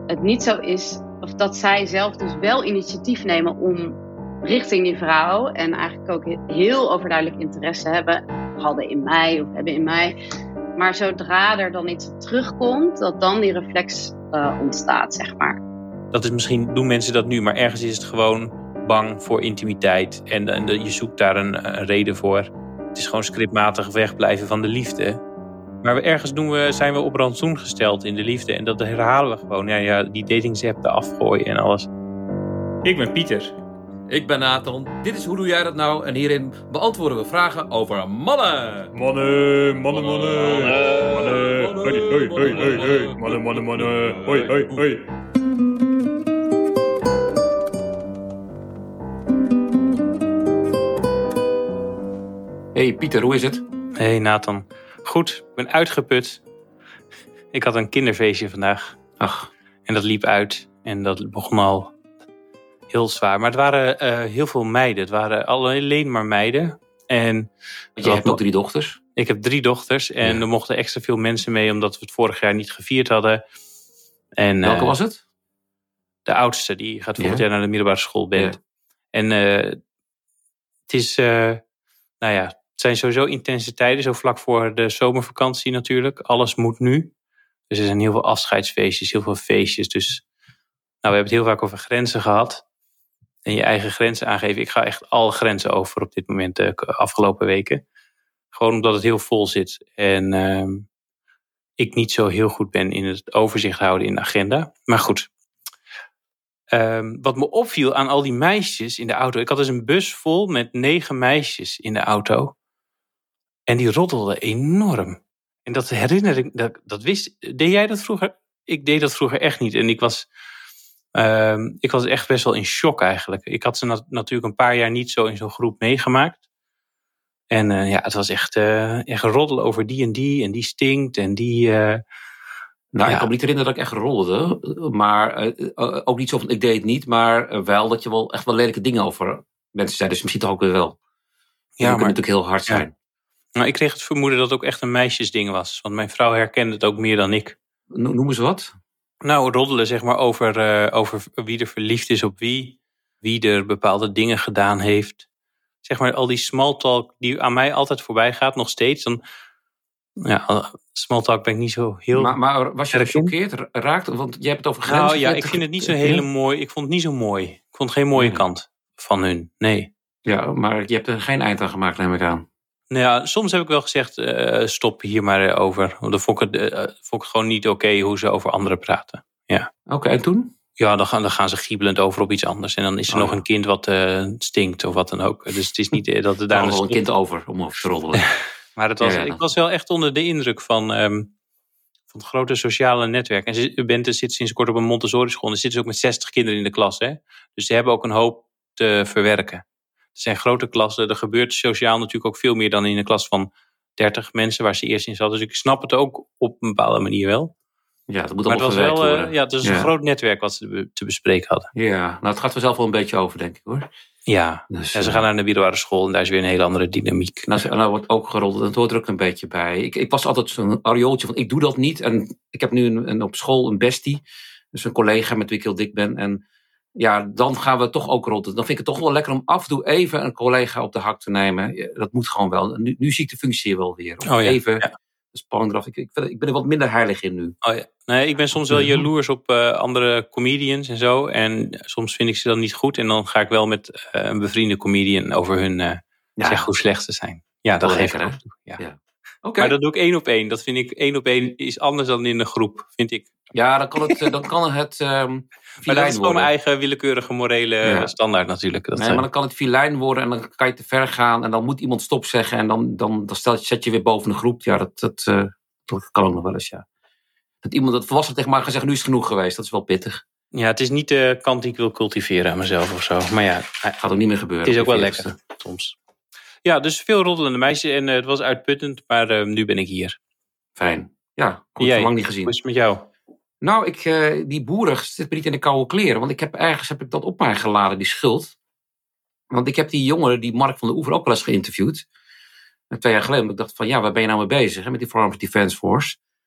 het niet zo is, of dat zij zelf dus wel initiatief nemen om richting die vrouw en eigenlijk ook heel overduidelijk interesse hadden in mij of hebben in mij. Maar zodra er dan iets op terugkomt, dat dan die reflex ontstaat, zeg maar. Dat is misschien, doen mensen dat nu, maar ergens is het gewoon bang voor intimiteit. En je zoekt daar een reden voor. Het is gewoon scriptmatig wegblijven van de liefde. Maar ergens zijn we op rantsoen gesteld in de liefde. En dat herhalen we gewoon. Ja, die datingsapp, de afgooien en alles. Ik ben Pieter. Ik ben Nathan. Dit is Hoe Doe Jij Dat Nou? En hierin beantwoorden we vragen over mannen. Mannen. Hoi. Mannen. Hoi. Hey Pieter, hoe is het? Hey Nathan. Goed, ik ben uitgeput. Ik had een kinderfeestje vandaag. Ach. En dat liep uit. En dat begon al heel zwaar. Maar het waren heel veel meiden. Het waren alleen maar meiden. En je hebt ook 3 dochters? Ik heb 3 dochters. En er mochten extra veel mensen mee, omdat we het vorig jaar niet gevierd hadden. En, welke was het? De oudste, die gaat volgend jaar naar de middelbare school. En het is, het zijn sowieso intense tijden. Zo vlak voor de zomervakantie natuurlijk. Alles moet nu. Dus er zijn heel veel afscheidsfeestjes, heel veel feestjes. Dus we hebben het heel vaak over grenzen gehad. En je eigen grenzen aangeven. Ik ga echt alle grenzen over op dit moment de afgelopen weken. Gewoon omdat het heel vol zit. En ik niet zo heel goed ben in het overzicht houden in de agenda. Maar goed. Wat me opviel aan al die meisjes in de auto. Ik had dus een bus vol met 9 meisjes in de auto. En die roddelden enorm. En dat herinner ik, dat wist. Deed jij dat vroeger? Ik deed dat vroeger echt niet. En ik was echt best wel in shock eigenlijk. Ik had ze natuurlijk een paar jaar niet zo in zo'n groep meegemaakt. En het was echt roddelen over die en die stinkt en die... Ik kan me niet herinneren dat ik echt roddelde. Maar ook niet zo van ik deed het niet. Maar wel dat je wel echt wel lelijke dingen over mensen zei. Dus misschien toch ook weer wel. Ja, maar natuurlijk heel hard zijn. Nou, ik kreeg het vermoeden dat het ook echt een meisjesding was. Want mijn vrouw herkende het ook meer dan ik. Noem eens wat. Nou, roddelen zeg maar over wie er verliefd is op wie. Wie er bepaalde dingen gedaan heeft. Zeg maar al die small talk die aan mij altijd voorbij gaat, nog steeds. Dan, small talk ben ik niet zo heel... Maar was je gechoqueerd, raakt? Want jij hebt het over grenzen. Nou ja, ik vind het niet zo hele mooi. Ik vond het niet zo mooi. Ik vond geen mooie kant van hun, nee. Ja, maar je hebt er geen eind aan gemaakt, neem ik aan. Nou ja, soms heb ik wel gezegd, stop hier maar over. Want dan vond ik het gewoon niet oké hoe ze over anderen praten. Ja. Oké, en toen? Ja, dan gaan ze giebelend over op iets anders. En dan is er nog een kind wat stinkt of wat dan ook. Dus het is niet dat er daar nog een kind over om over te roddelen. Maar ik was wel echt onder de indruk van het grote sociale netwerk. En Bente zit sinds kort op een Montessori school. En er zitten ook met 60 kinderen in de klas. Hè? Dus ze hebben ook een hoop te verwerken. Het zijn grote klassen. Er gebeurt sociaal natuurlijk ook veel meer dan in een klas van 30 mensen waar ze eerst in zat. Dus ik snap het ook op een bepaalde manier wel. Ja, dat moet allemaal verwerkt worden. Het is een groot netwerk wat ze te bespreken hadden. Ja, nou het gaat vanzelf wel een beetje over, denk ik hoor. Ja, dus, ze gaan naar de middelbare school en daar is weer een hele andere dynamiek. Nou wordt ook geroddeld en het hoort er ook een beetje bij. Ik was altijd zo'n ariooltje van ik doe dat niet. En ik heb nu op school een bestie. Dus een collega met wie ik heel dik ben. En ja, dan gaan we toch ook roddelen. Dan vind ik het toch wel lekker om af en toe even een collega op de hak te nemen. Ja, dat moet gewoon wel. Nu zie ik de functie wel weer. Even de spanning eraf. Ik ben er wat minder heilig in nu. Oh ja. Nee, ik ben soms wel jaloers op andere comedians en zo. En soms vind ik ze dan niet goed. En dan ga ik wel met een bevriende comedian over hun zeggen hoe slecht ze zijn. Ja, dat geef ik ook toe. Ja. Okay. Maar dat doe ik 1 op 1. Dat vind ik 1 op 1 is anders dan in een groep, vind ik. Ja, dan kan het maar dat is gewoon mijn eigen willekeurige morele standaard natuurlijk. Maar dan kan het filijn worden en dan kan je te ver gaan. En dan moet iemand stop zeggen. En dan zet je weer boven de groep. Ja, dat kan ook nog wel eens, ja. Dat iemand dat volwassen tegen mij gaat zeggen, nu is het genoeg geweest. Dat is wel pittig. Ja, het is niet de kant die ik wil cultiveren aan mezelf of zo. Maar ja, gaat ook niet meer gebeuren. Het is ook wel lekker, soms. Ja, dus veel roddelende meisjes en het was uitputtend. Maar nu ben ik hier. Fijn. Ja, goed, lang niet gezien. Hoe is het met jou? Nou, die boerig zit me niet in de koude kleren. Want ergens heb ik dat op mij geladen, die schuld. Want ik heb die jongen, die Mark van der Oever, ook wel eens geïnterviewd. 2 jaar geleden. Ik dacht van, waar ben je nou mee bezig? Hè, met die Farmers Defence Force.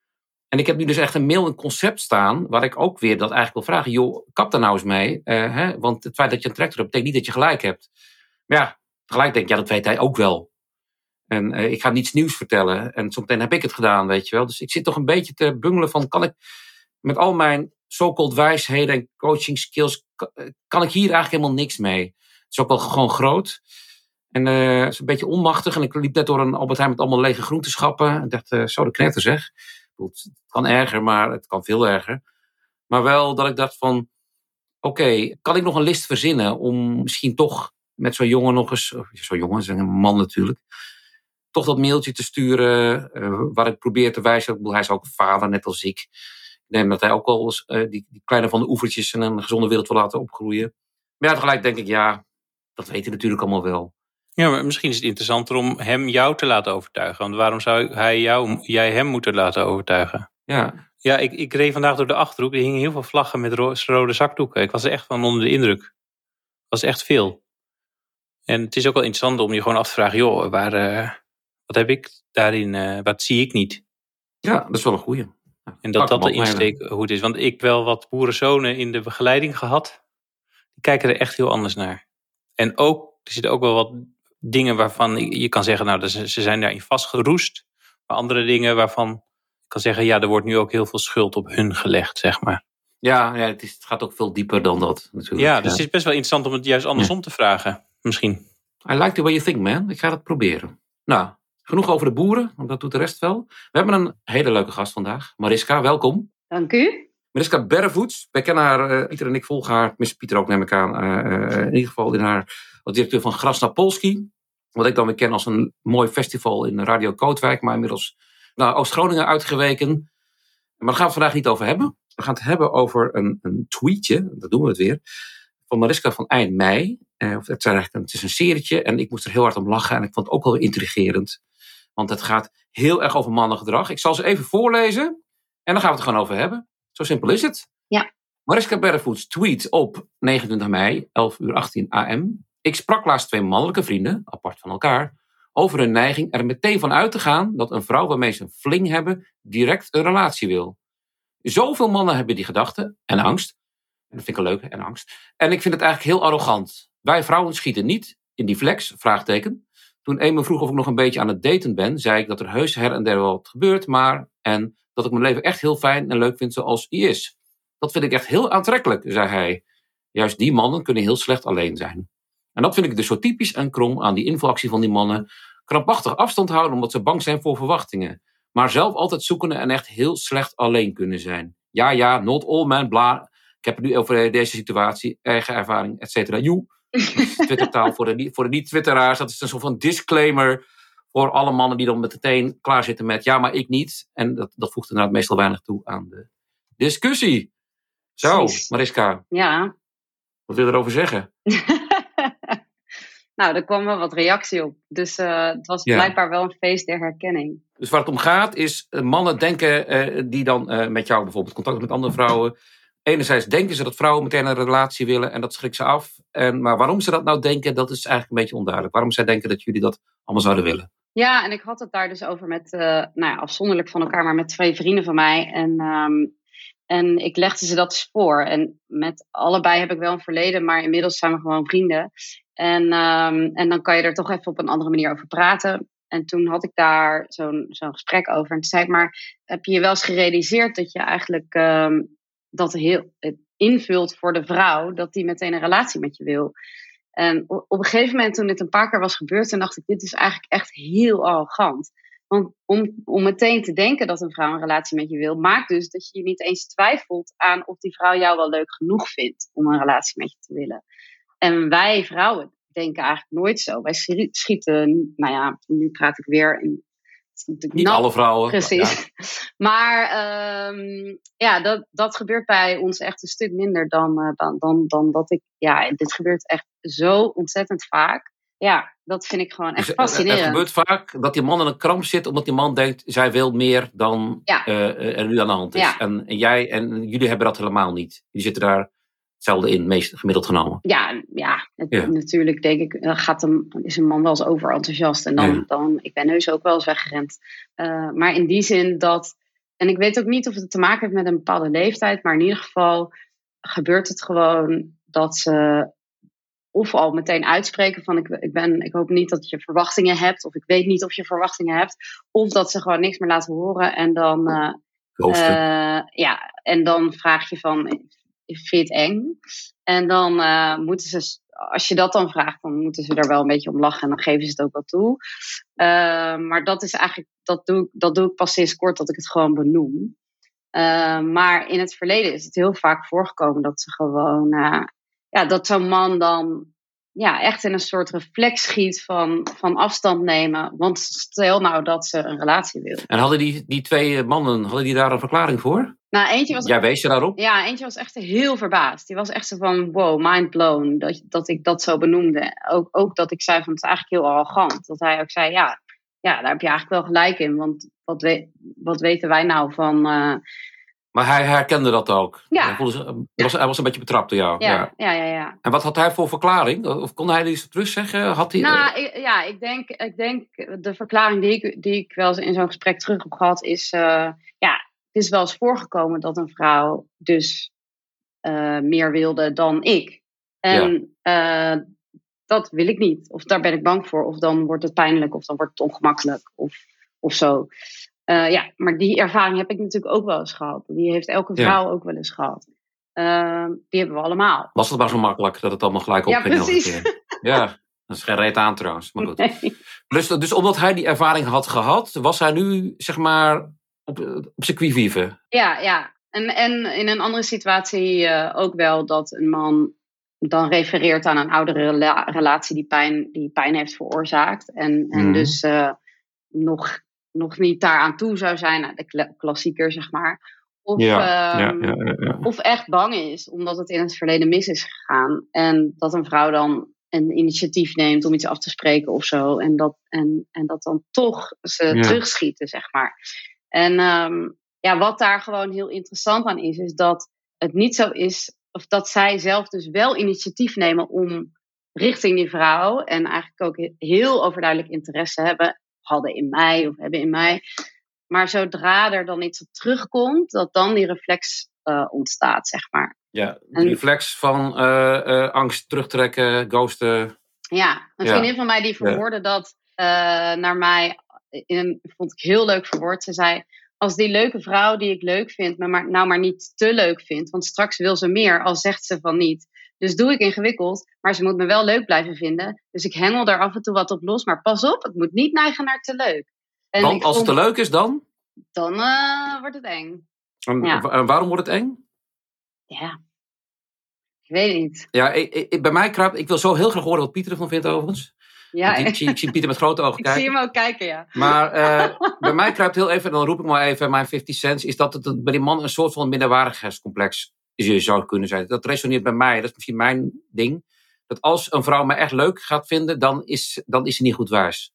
En ik heb nu dus echt een concept staan, waar ik ook weer dat eigenlijk wil vragen. Joh, kap daar nou eens mee. Want het feit dat je een tractor hebt, betekent niet dat je gelijk hebt. Maar ja, tegelijk denk ik, dat weet hij ook wel. En ik ga niets nieuws vertellen. En zometeen heb ik het gedaan, weet je wel. Dus ik zit toch een beetje te bungelen van, kan ik met al mijn so-called wijsheden en coaching skills, kan ik hier eigenlijk helemaal niks mee. Het is ook wel gewoon groot. En het is een beetje onmachtig. En ik liep net door een Albert Heijn met allemaal lege groenteschappen. En dacht, zo de knetter zeg. Het kan erger, maar het kan veel erger. Maar wel dat ik dacht van, oké, kan ik nog een list verzinnen om misschien toch met zo'n jongen nog eens, zo'n jongen is een man natuurlijk, toch dat mailtje te sturen waar ik probeer te wijzen. Hij is ook vader, net als ik. Ik denk dat hij ook wel eens die kleine van de oevertjes en een gezonde wereld wil laten opgroeien. Maar ja, tegelijk denk ik, ja, dat weet hij natuurlijk allemaal wel. Ja, maar misschien is het interessanter om hem jou te laten overtuigen. Want waarom zou jij hem moeten laten overtuigen? Ja, ik reed vandaag door de Achterhoek. Er hingen heel veel vlaggen met rode zakdoeken. Ik was er echt van onder de indruk. Het was echt veel. En het is ook wel interessant om je gewoon af te vragen, joh, wat heb ik daarin, wat zie ik niet? Ja, dat is wel een goeie. En dat de insteek hoe het is. Want ik heb wel wat boerenzonen in de begeleiding gehad. Die kijken er echt heel anders naar. En ook, er zitten ook wel wat dingen waarvan je kan zeggen, nou, ze zijn daarin vastgeroest. Maar andere dingen waarvan ik kan zeggen, ja, er wordt nu ook heel veel schuld op hun gelegd, zeg maar. Ja, het gaat ook veel dieper dan dat natuurlijk. Ja, dus het is best wel interessant om het juist andersom te vragen, misschien. I like the way you think, man. Ik ga dat proberen. Nou, genoeg over de boeren, want dat doet de rest wel. We hebben een hele leuke gast vandaag. Mariska, welkom. Dank u. Mariska Berrevoets. Wij kennen haar, Pieter en ik volgen haar. Tenminste, Pieter ook, neem ik aan. In ieder geval als directeur van Gras na Polski. Wat ik dan weer ken als een mooi festival in Radio Kootwijk. Maar inmiddels naar Oost-Groningen uitgeweken. Maar daar gaan we het vandaag niet over hebben. We gaan het hebben over een tweetje. Dat doen we het weer. Van Mariska van eind mei. Het is een serietje. En ik moest er heel hard om lachen. En ik vond het ook wel intrigerend. Want het gaat heel erg over mannengedrag. Ik zal ze even voorlezen. En dan gaan we het er gewoon over hebben. Zo simpel is het. Ja. Mariska Berrevoets tweet op 29 mei, 11:18 am. Ik sprak laatst 2 mannelijke vrienden, apart van elkaar, over hun neiging er meteen van uit te gaan dat een vrouw waarmee ze een fling hebben, direct een relatie wil. Zoveel mannen hebben die gedachte en angst. En dat vind ik een leuke, en angst. En ik vind het eigenlijk heel arrogant. Wij vrouwen schieten niet in die flex, vraagteken. Toen een me vroeg of ik nog een beetje aan het daten ben, zei ik dat er heus her en der wel wat gebeurt, en dat ik mijn leven echt heel fijn en leuk vind zoals hij is. Dat vind ik echt heel aantrekkelijk, zei hij. Juist die mannen kunnen heel slecht alleen zijn. En dat vind ik dus zo typisch en krom aan die invalactie van die mannen. Krampachtig afstand houden omdat ze bang zijn voor verwachtingen. Maar zelf altijd zoekende en echt heel slecht alleen kunnen zijn. Ja, not all men, bla. Ik heb het nu over deze situatie, eigen ervaring, et cetera. Twittertaal voor de niet-twitteraars. Dat is een soort van disclaimer voor alle mannen die dan meteen klaar zitten met ja, maar ik niet. En dat voegt inderdaad meestal weinig toe aan de discussie. Zo, Precies. Mariska. Ja. Wat wil je erover zeggen? Nou, er kwam wel wat reactie op. Dus het was blijkbaar wel een feest der herkenning. Dus waar het om gaat is, mannen denken die dan met jou bijvoorbeeld contact met andere vrouwen. Enerzijds denken ze dat vrouwen meteen een relatie willen en dat schrikt ze af. Maar waarom ze dat nou denken, dat is eigenlijk een beetje onduidelijk. Waarom zij denken dat jullie dat allemaal zouden willen. Ja, en ik had het daar dus over met, afzonderlijk van elkaar, maar met 2 vrienden van mij. En ik legde ze dat eens voor. En met allebei heb ik wel een verleden, maar inmiddels zijn we gewoon vrienden. En dan kan je er toch even op een andere manier over praten. En toen had ik daar zo'n gesprek over. En toen zei ik, maar heb je je wel eens gerealiseerd dat je eigenlijk dat het invult voor de vrouw, dat die meteen een relatie met je wil? En op een gegeven moment, toen dit een paar keer was gebeurd, toen dacht ik, dit is eigenlijk echt heel arrogant. Want om meteen te denken dat een vrouw een relatie met je wil, maakt dus dat je je niet eens twijfelt aan of die vrouw jou wel leuk genoeg vindt om een relatie met je te willen. En wij vrouwen denken eigenlijk nooit zo. Wij schieten, nu praat ik weer in... Niet alle vrouwen. Precies. Maar dat gebeurt bij ons echt een stuk minder dan dat ik... Ja, dit gebeurt echt zo ontzettend vaak. Ja, dat vind ik gewoon echt fascinerend. Het gebeurt vaak dat die man in een kramp zit, omdat die man denkt, zij wil meer dan er nu aan de hand is. Ja. En jij en jullie hebben dat helemaal niet. Die zitten daar hetzelfde in, meest gemiddeld genomen. Natuurlijk denk ik, is een man wel eens overenthousiast. En dan ik ben heus ook wel eens weggerend. Maar in die zin dat En ik weet ook niet of het te maken heeft met een bepaalde leeftijd. Maar in ieder geval gebeurt het gewoon dat ze of al meteen uitspreken van ik hoop niet dat je verwachtingen hebt. Of ik weet niet of je verwachtingen hebt. Of dat ze gewoon niks meer laten horen. En dan, en dan vraag je van, vind je het eng? En dan moeten ze, als je dat dan vraagt, dan moeten ze er wel een beetje om lachen. En dan geven ze het ook wel toe. Maar dat is eigenlijk, dat doe ik pas sinds kort dat ik het gewoon benoem. Maar in het verleden is het heel vaak voorgekomen dat ze gewoon, dat zo'n man dan echt in een soort reflex schiet van afstand nemen. Want stel nou dat ze een relatie wil. En hadden die twee mannen, daar een verklaring voor? Nou, eentje was, jij wees je daarop? Ja, eentje was echt heel verbaasd. Die was echt zo van, wow, mind blown, dat ik dat zo benoemde. Ook dat ik zei van, het is eigenlijk heel arrogant. Dat hij ook zei, ja, daar heb je eigenlijk wel gelijk in. Want wat weten wij nou van... Maar hij herkende dat ook? Ja. Hij was een beetje betrapt door jou? Ja. En wat had hij voor verklaring? Of kon hij iets terugzeggen? Had hij, ik denk de verklaring die ik wel eens in zo'n gesprek terug heb gehad is... het is wel eens voorgekomen dat een vrouw dus meer wilde dan ik. En dat wil ik niet. Of daar ben ik bang voor. Of dan wordt het pijnlijk. Of dan wordt het ongemakkelijk. Of zo. Maar die ervaring heb ik natuurlijk ook wel eens gehad. Die heeft elke vrouw ook wel eens gehad. Die hebben we allemaal. Was het maar zo makkelijk dat het allemaal gelijk opging? Ja, precies. Ja, dat is geen reet aan trouwens. Maar goed. Nee. Dus omdat hij die ervaring had gehad, was hij nu zeg maar op zijn qui-vive? Ja. En in een andere situatie ook wel dat een man dan refereert aan een oudere relatie die pijn heeft veroorzaakt. En dus nog niet daaraan toe zou zijn. Nou, de klassieker, zeg maar. Of echt bang is, omdat het in het verleden mis is gegaan. En dat een vrouw dan een initiatief neemt om iets af te spreken of zo. En dat dan toch ze terugschieten, zeg maar. En wat daar gewoon heel interessant aan is dat het niet zo is, of dat zij zelf dus wel initiatief nemen om richting die vrouw, en eigenlijk ook heel overduidelijk interesse hadden in mij of hebben in mij. Maar zodra er dan iets op terugkomt, dat dan die reflex ontstaat, zeg maar. Ja, de reflex van angst, terugtrekken, ghosten. Ja, een vriendin van mij die verwoordde dat naar mij, vond ik heel leuk verwoord. Ze zei, als die leuke vrouw die ik leuk vind, maar niet te leuk vindt, want straks wil ze meer, al zegt ze van niet. Dus doe ik ingewikkeld, maar ze moet me wel leuk blijven vinden. Dus ik hengel er af en toe wat op los, maar pas op, het moet niet neigen naar te leuk. En want als het te leuk is dan? Dan wordt het eng. En waarom wordt het eng? Ja, ik weet niet. Ja, bij mij kruipt, ik wil zo heel graag horen wat Pieter ervan vindt overigens. Ja, ik zie Pieter met grote ogen kijken. Ik zie hem ook kijken, ja. Maar bij mij kruipt heel even, en dan roep ik maar even mijn 50 cents, is dat het bij die man een soort van minderwaardigheidscomplex zou kunnen zijn. Dat resoneert bij mij, dat is misschien mijn ding. Dat als een vrouw me echt leuk gaat vinden, dan is ze niet goed wijs.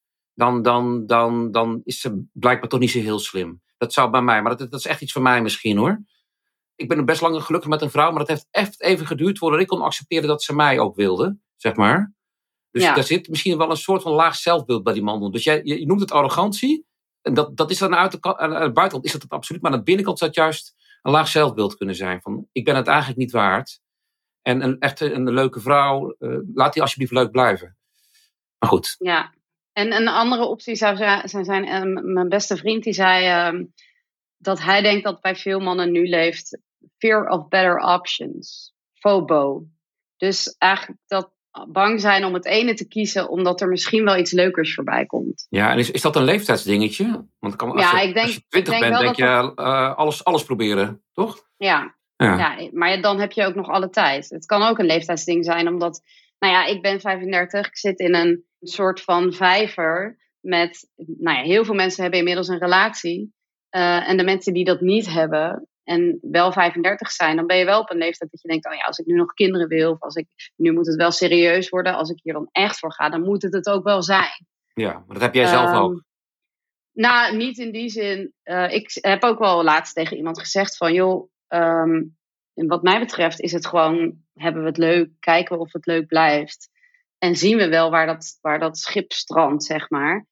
Dan is ze blijkbaar toch niet zo heel slim. Dat zou bij mij, maar dat is echt iets van mij misschien hoor. Ik ben best lang gelukkig met een vrouw, maar dat heeft echt even geduurd voordat ik kon accepteren dat ze mij ook wilde, zeg maar. Dus daar zit misschien wel een soort van laag zelfbeeld bij die man. Dus je noemt het arrogantie. En dat is dan aan de buitenkant is dat het absoluut. Maar aan de binnenkant zou het juist een laag zelfbeeld kunnen zijn. Van, ik ben het eigenlijk niet waard. En een leuke vrouw, laat die alsjeblieft leuk blijven. Maar goed. Ja, en een andere optie zou zijn mijn beste vriend die zei dat hij denkt dat bij veel mannen nu leeft fear of better options. FOBO. Dus eigenlijk dat bang zijn om het ene te kiezen, omdat er misschien wel iets leukers voorbij komt. Ja, en is dat een leeftijdsdingetje? Want als je 20 bent, denk je alles proberen, toch? Ja, maar dan heb je ook nog alle tijd. Het kan ook een leeftijdsding zijn, omdat, ik ben 35, ik zit in een soort van vijver met, heel veel mensen hebben inmiddels een relatie. En de mensen die dat niet hebben en wel 35 zijn, dan ben je wel op een leeftijd dat je denkt, als ik nu nog kinderen wil, of nu moet het wel serieus worden, als ik hier dan echt voor ga, dan moet het ook wel zijn. Ja, maar dat heb jij zelf ook. Niet in die zin. Ik heb ook wel laatst tegen iemand gezegd van, joh, wat mij betreft is het gewoon, hebben we het leuk, kijken we of het leuk blijft. En zien we wel waar dat schip strandt, zeg maar.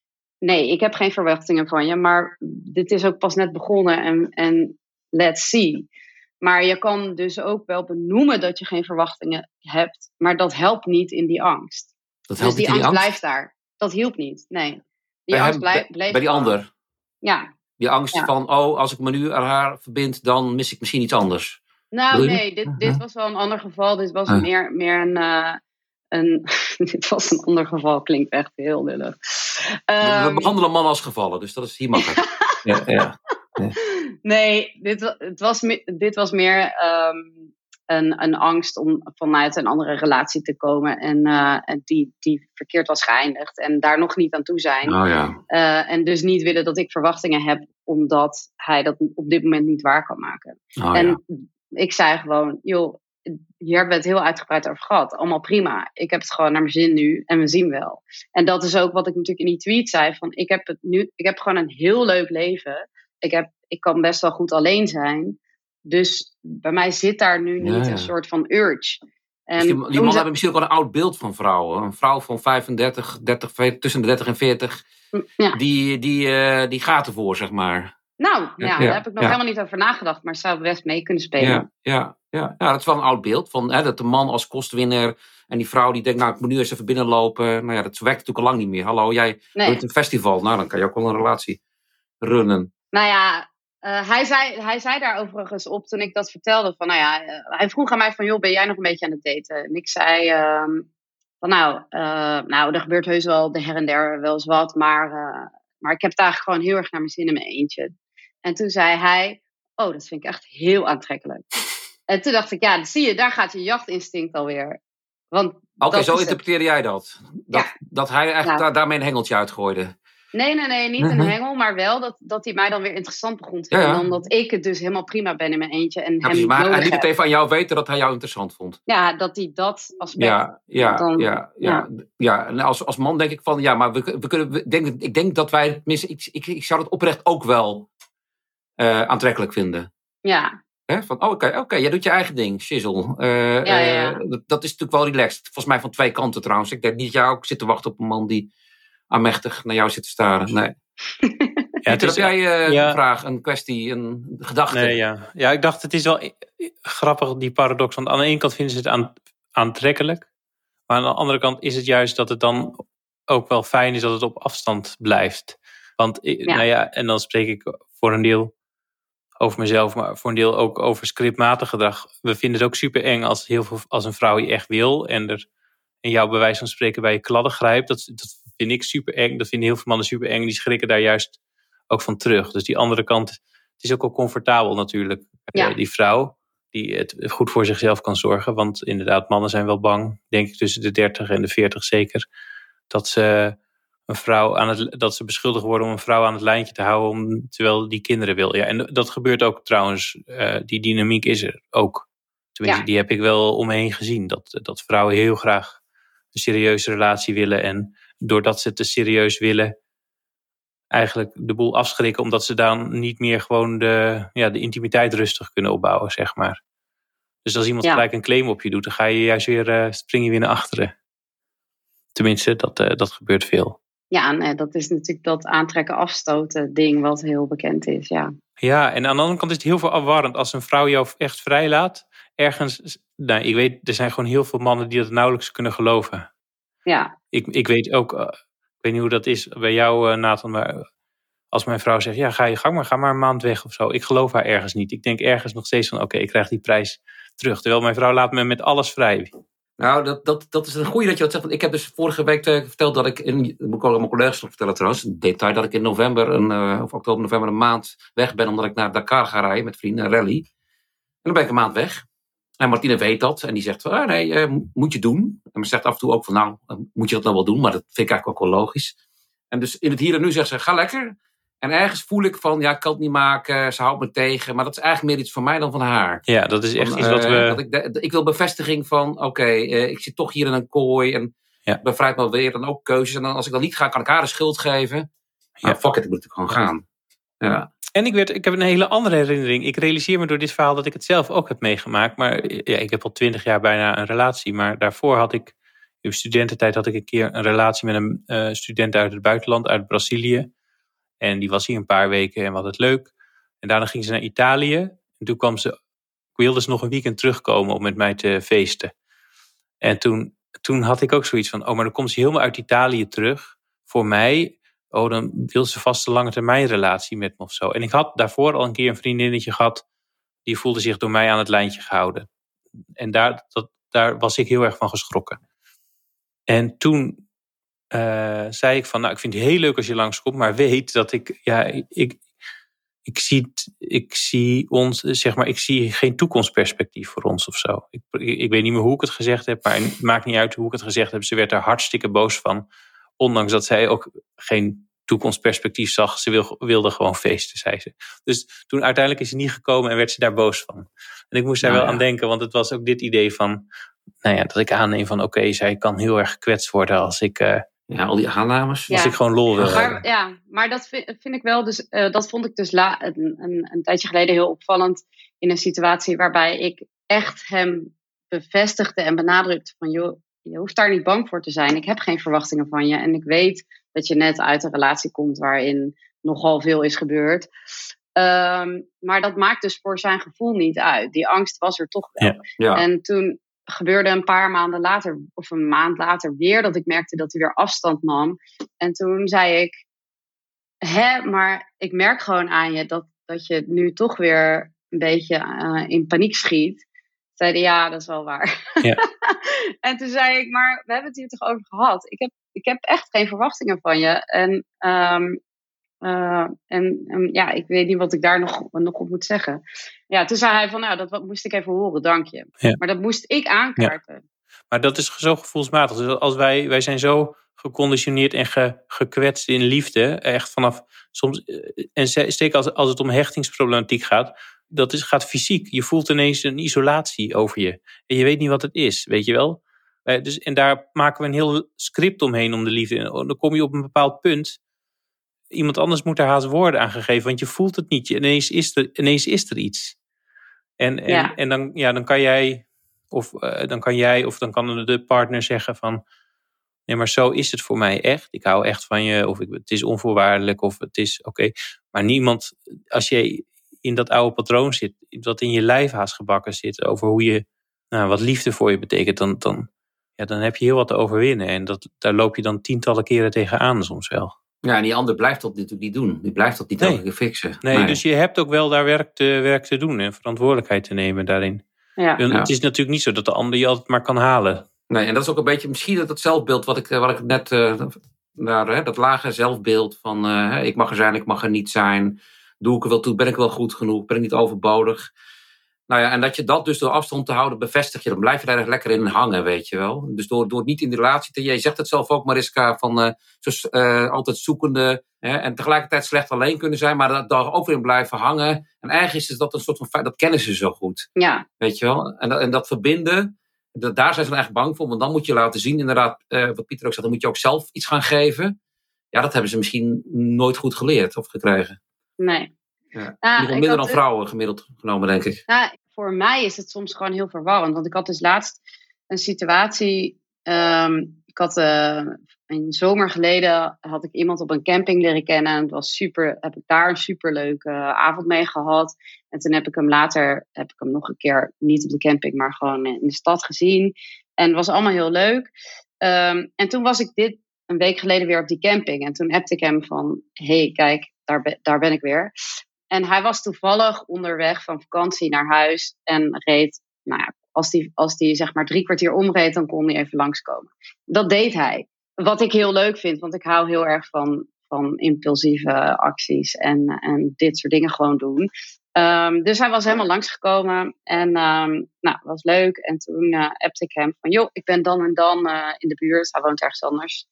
nee, ik heb geen verwachtingen van je. Maar dit is ook pas net begonnen en let's see. Maar je kan dus ook wel benoemen dat je geen verwachtingen hebt. Maar dat helpt niet in die angst. Dat helpt dus die niet in angst die angst? blijft daar. Dat hielp niet, nee. Die Bij angst hem, bleef bij die gewoon. ander? Ja. Die angst van, als ik me nu aan haar verbind, dan mis ik misschien iets anders. Nou nee, dit was wel een ander geval. Dit was meer een dit was een ander geval, klinkt echt heel lullig. We behandelen mannen als gevallen, dus dat is hier makkelijk. ja. Nee, dit was meer een angst om vanuit een andere relatie te komen. En die verkeerd was geëindigd. En daar nog niet aan toe zijn. Oh, ja. En dus niet willen dat ik verwachtingen heb. Omdat hij dat op dit moment niet waar kan maken. En ik zei gewoon, joh, hier hebben we het heel uitgebreid over gehad. Allemaal prima. Ik heb het gewoon naar mijn zin nu. En we zien wel. En dat is ook wat ik natuurlijk in die tweet zei. Van, ik heb gewoon een heel leuk leven. Ik kan best wel goed alleen zijn. Dus bij mij zit daar nu niet een soort van urge. En dus die mannen hebben misschien ook wel een oud beeld van vrouwen. Een vrouw van 35, 30, tussen de 30 en 40. Ja. Die gaat ervoor, zeg maar. Nou, daar heb ik nog helemaal niet over nagedacht. Maar zou best mee kunnen spelen. Ja, dat is wel een oud beeld. Van, dat de man als kostwinner. En die vrouw die denkt, nou, ik moet nu eens even binnenlopen. Nou ja, dat werkt natuurlijk al lang niet meer. Hallo, jij doet een festival. Nou, dan kan je ook wel een relatie runnen. Nou ja, hij zei daar overigens op toen ik dat vertelde. Van, hij vroeg aan mij van, joh, ben jij nog een beetje aan het daten? En ik zei, er gebeurt heus wel de her en der wel eens wat. Maar ik heb het eigenlijk gewoon heel erg naar mijn zin in mijn eentje. En toen zei hij, oh, dat vind ik echt heel aantrekkelijk. En toen dacht ik, ja, zie je, daar gaat je jachtinstinct alweer. Oké, zo interpreteerde jij dat? Dat hij eigenlijk daarmee een hengeltje uitgooide? Nee, niet een hengel, maar wel dat hij mij dan weer interessant begon te vinden. Omdat ik het dus helemaal prima ben in mijn eentje. En hem niet maar nodig hij liet heb. het even aan jou weten dat hij jou interessant vond. Ja, dat hij dat aspect... Ja. En als man denk ik van, ja, maar ik denk dat wij, ik zou het oprecht ook wel aantrekkelijk vinden. Ja. Van, oké, jij doet je eigen ding, shizzle. Dat is natuurlijk wel relaxed. Volgens mij van twee kanten trouwens. Ik denk niet dat jij ook zit te wachten op een man die aanmächtig naar jou zit te staren. Nee. Heb jij een vraag, een kwestie, een gedachte? Nee, ja, ik dacht, het is wel grappig, die paradox. Want aan de ene kant vinden ze het aantrekkelijk. Maar aan de andere kant is het juist dat het dan ook wel fijn is dat het op afstand blijft. Want, en dan spreek ik voor een deel over mezelf, maar voor een deel ook over scriptmatig gedrag. We vinden het ook super eng als een vrouw je echt wil en jou bij wijze van spreken bij je kladden grijpt. Dat vind ik super eng. Dat vinden heel veel mannen super eng. Die schrikken daar juist ook van terug. Dus die andere kant, het is ook wel comfortabel natuurlijk. Ja. Die vrouw die het goed voor zichzelf kan zorgen. Want inderdaad, mannen zijn wel bang, denk ik tussen de 30 en de 40 zeker, dat ze beschuldigd worden om een vrouw aan het lijntje te houden terwijl die kinderen wil. Ja, en dat gebeurt ook trouwens. Die dynamiek is er ook. Tenminste, die heb ik wel om me heen gezien. Dat vrouwen heel graag een serieuze relatie willen. En doordat ze te serieus willen, eigenlijk de boel afschrikken. Omdat ze dan niet meer gewoon de intimiteit rustig kunnen opbouwen, zeg maar. Dus als iemand gelijk een claim op je doet, dan ga je juist spring je weer naar achteren. Tenminste, dat gebeurt veel. Ja, nee, dat is natuurlijk dat aantrekken afstoten ding wat heel bekend is, ja. Ja, en aan de andere kant is het heel veel afwarrend. Als een vrouw jou echt vrijlaat, ergens... Nou, ik weet, er zijn gewoon heel veel mannen die dat nauwelijks kunnen geloven. Ja. Ik weet ook, ik weet niet hoe dat is bij jou, Nathan, maar als mijn vrouw zegt, ja, ga je gang maar, ga maar een maand weg of zo. Ik geloof haar ergens niet. Ik denk ergens nog steeds van, oké, ik krijg die prijs terug. Terwijl mijn vrouw laat me met alles vrij. Nou, dat is een goeie dat je dat zegt. Want ik heb dus vorige week verteld dat ik, moet ik al mijn collega's nog vertellen trouwens, een detail, dat ik in november, of oktober, november een maand weg ben, omdat ik naar Dakar ga rijden met vrienden, een rally. En dan ben ik een maand weg. En Martine weet dat. En die zegt van, moet je doen. En ze zegt af en toe ook van, nou, moet je dat nou wel doen? Maar dat vind ik eigenlijk ook wel logisch. En dus in het hier en nu zegt ze, ga lekker. En ergens voel ik van, ik kan het niet maken, ze houdt me tegen. Maar dat is eigenlijk meer iets van mij dan van haar. Ja, dat is echt iets wat we... Ik wil bevestiging van, ik zit toch hier in een kooi. En bevrijdt me weer dan ook keuzes. En dan, als ik dan niet ga, kan ik haar de schuld geven. Nou, fuck it, ik moet gewoon gaan. Ja. En ik heb een hele andere herinnering. Ik realiseer me door dit verhaal dat ik het zelf ook heb meegemaakt. Maar ik heb al 20 jaar bijna een relatie. Maar daarvoor had ik mijn studententijd had ik een keer een relatie met een student uit het buitenland, uit Brazilië. En die was hier een paar weken en we hadden het leuk. En daarna ging ze naar Italië. En toen wilde ze nog een weekend terugkomen om met mij te feesten. En toen had ik ook zoiets van, maar dan komt ze helemaal uit Italië terug. Voor mij, dan wil ze vast een lange termijn relatie met me of zo. En ik had daarvoor al een keer een vriendinnetje gehad, die voelde zich door mij aan het lijntje gehouden. En daar was ik heel erg van geschrokken. En toen zei ik van, ik vind het heel leuk als je langskomt, maar weet dat ik zie ons, zeg maar, ik zie geen toekomstperspectief voor ons of zo. Ik weet niet meer hoe ik het gezegd heb, maar het maakt niet uit hoe ik het gezegd heb. Ze werd daar hartstikke boos van, ondanks dat zij ook geen toekomstperspectief zag. Ze wilde gewoon feesten, zei ze. Dus toen uiteindelijk is ze niet gekomen en werd ze daar boos van. En ik moest daar wel aan denken, want het was ook dit idee van, dat ik aanneem van, zij kan heel erg gekwetst worden als ik... al die aannames. Als ik gewoon lol wil hebben. Maar dat vind ik wel. Dus, dat vond ik dus een tijdje geleden heel opvallend. In een situatie waarbij ik echt hem bevestigde en benadrukte van, joh, je hoeft daar niet bang voor te zijn. Ik heb geen verwachtingen van je. En ik weet dat je net uit een relatie komt waarin nogal veel is gebeurd. Maar dat maakt dus voor zijn gevoel niet uit. Die angst was er toch wel. Ja. En toen gebeurde een paar maanden later, of een maand later weer, dat ik merkte dat hij weer afstand nam. En toen zei ik, maar ik merk gewoon aan je dat je nu toch weer een beetje in paniek schiet. Zeiden, ja, dat is wel waar. Ja. En toen zei ik, maar we hebben het hier toch over gehad. Ik heb echt geen verwachtingen van je. En ik weet niet wat ik daar nog op moet zeggen. Ja, toen zei hij van, dat moest ik even horen, dank je. Ja. Maar dat moest ik aankaarten. Ja. Maar dat is zo gevoelsmatig. Dus als wij zijn zo geconditioneerd en gekwetst in liefde, echt vanaf soms, en zeker als het om hechtingsproblematiek gaat, gaat fysiek. Je voelt ineens een isolatie over je. En je weet niet wat het is, weet je wel? En daar maken we een heel script omheen om de liefde. En dan kom je op een bepaald punt. Iemand anders moet er haast woorden aan gegeven, want je voelt het niet. Ineens is er iets. En dan kan jij, of dan kan de partner zeggen van, nee, maar zo is het voor mij echt. Ik hou echt van je, of het is onvoorwaardelijk, of het is oké. Maar niemand, als je in dat oude patroon zit, wat in je lijf haast gebakken zit, over hoe je, wat liefde voor je betekent, dan heb je heel wat te overwinnen. En daar loop je dan tientallen keren tegenaan soms wel. Ja, en die ander blijft dat natuurlijk niet doen. Die blijft dat niet elke keer fixen. Nee, dus je hebt ook wel daar werk te doen en verantwoordelijkheid te nemen daarin. Ja. Het is natuurlijk niet zo dat de ander je altijd maar kan halen. Nee, en dat is ook een beetje misschien dat zelfbeeld wat ik net, dat lage zelfbeeld van ik mag er zijn, ik mag er niet zijn. Doe ik er wel toe, ben ik wel goed genoeg, ben ik niet overbodig. En dat je dat dus door afstand te houden bevestig je, dan blijf je daar echt lekker in hangen, weet je wel. Dus door niet in de relatie te, jij zegt het zelf ook, Mariska, van altijd zoekende en tegelijkertijd slecht alleen kunnen zijn, maar daar ook weer in blijven hangen. En eigenlijk is dat een soort van feit, dat kennen ze zo goed. Ja. Weet je wel. En dat verbinden, daar zijn ze eigenlijk bang voor, want dan moet je laten zien, inderdaad, wat Pieter ook zegt, dan moet je ook zelf iets gaan geven. Ja, dat hebben ze misschien nooit goed geleerd of gekregen. Nee. Ja. Minder dan vrouwen gemiddeld genomen, denk ik. Voor mij is het soms gewoon heel verwarrend. Want ik had dus laatst een situatie. Ik had een zomer geleden had ik iemand op een camping leren kennen. En het was heb ik daar een superleuke avond mee gehad. En toen heb ik hem later nog een keer, niet op de camping, maar gewoon in de stad gezien. En het was allemaal heel leuk. En toen was ik een week geleden weer op die camping. En toen appte ik hem van, hey, kijk, daar ben ik weer. En hij was toevallig onderweg van vakantie naar huis en reed, als die zeg maar 3 kwartier omreed, dan kon hij even langskomen. Dat deed hij. Wat ik heel leuk vind, want ik hou heel erg van impulsieve acties en dit soort dingen gewoon doen. Dus hij was helemaal langsgekomen en was leuk. En toen appte ik hem van, joh, ik ben dan en dan in de buurt. Hij woont ergens anders.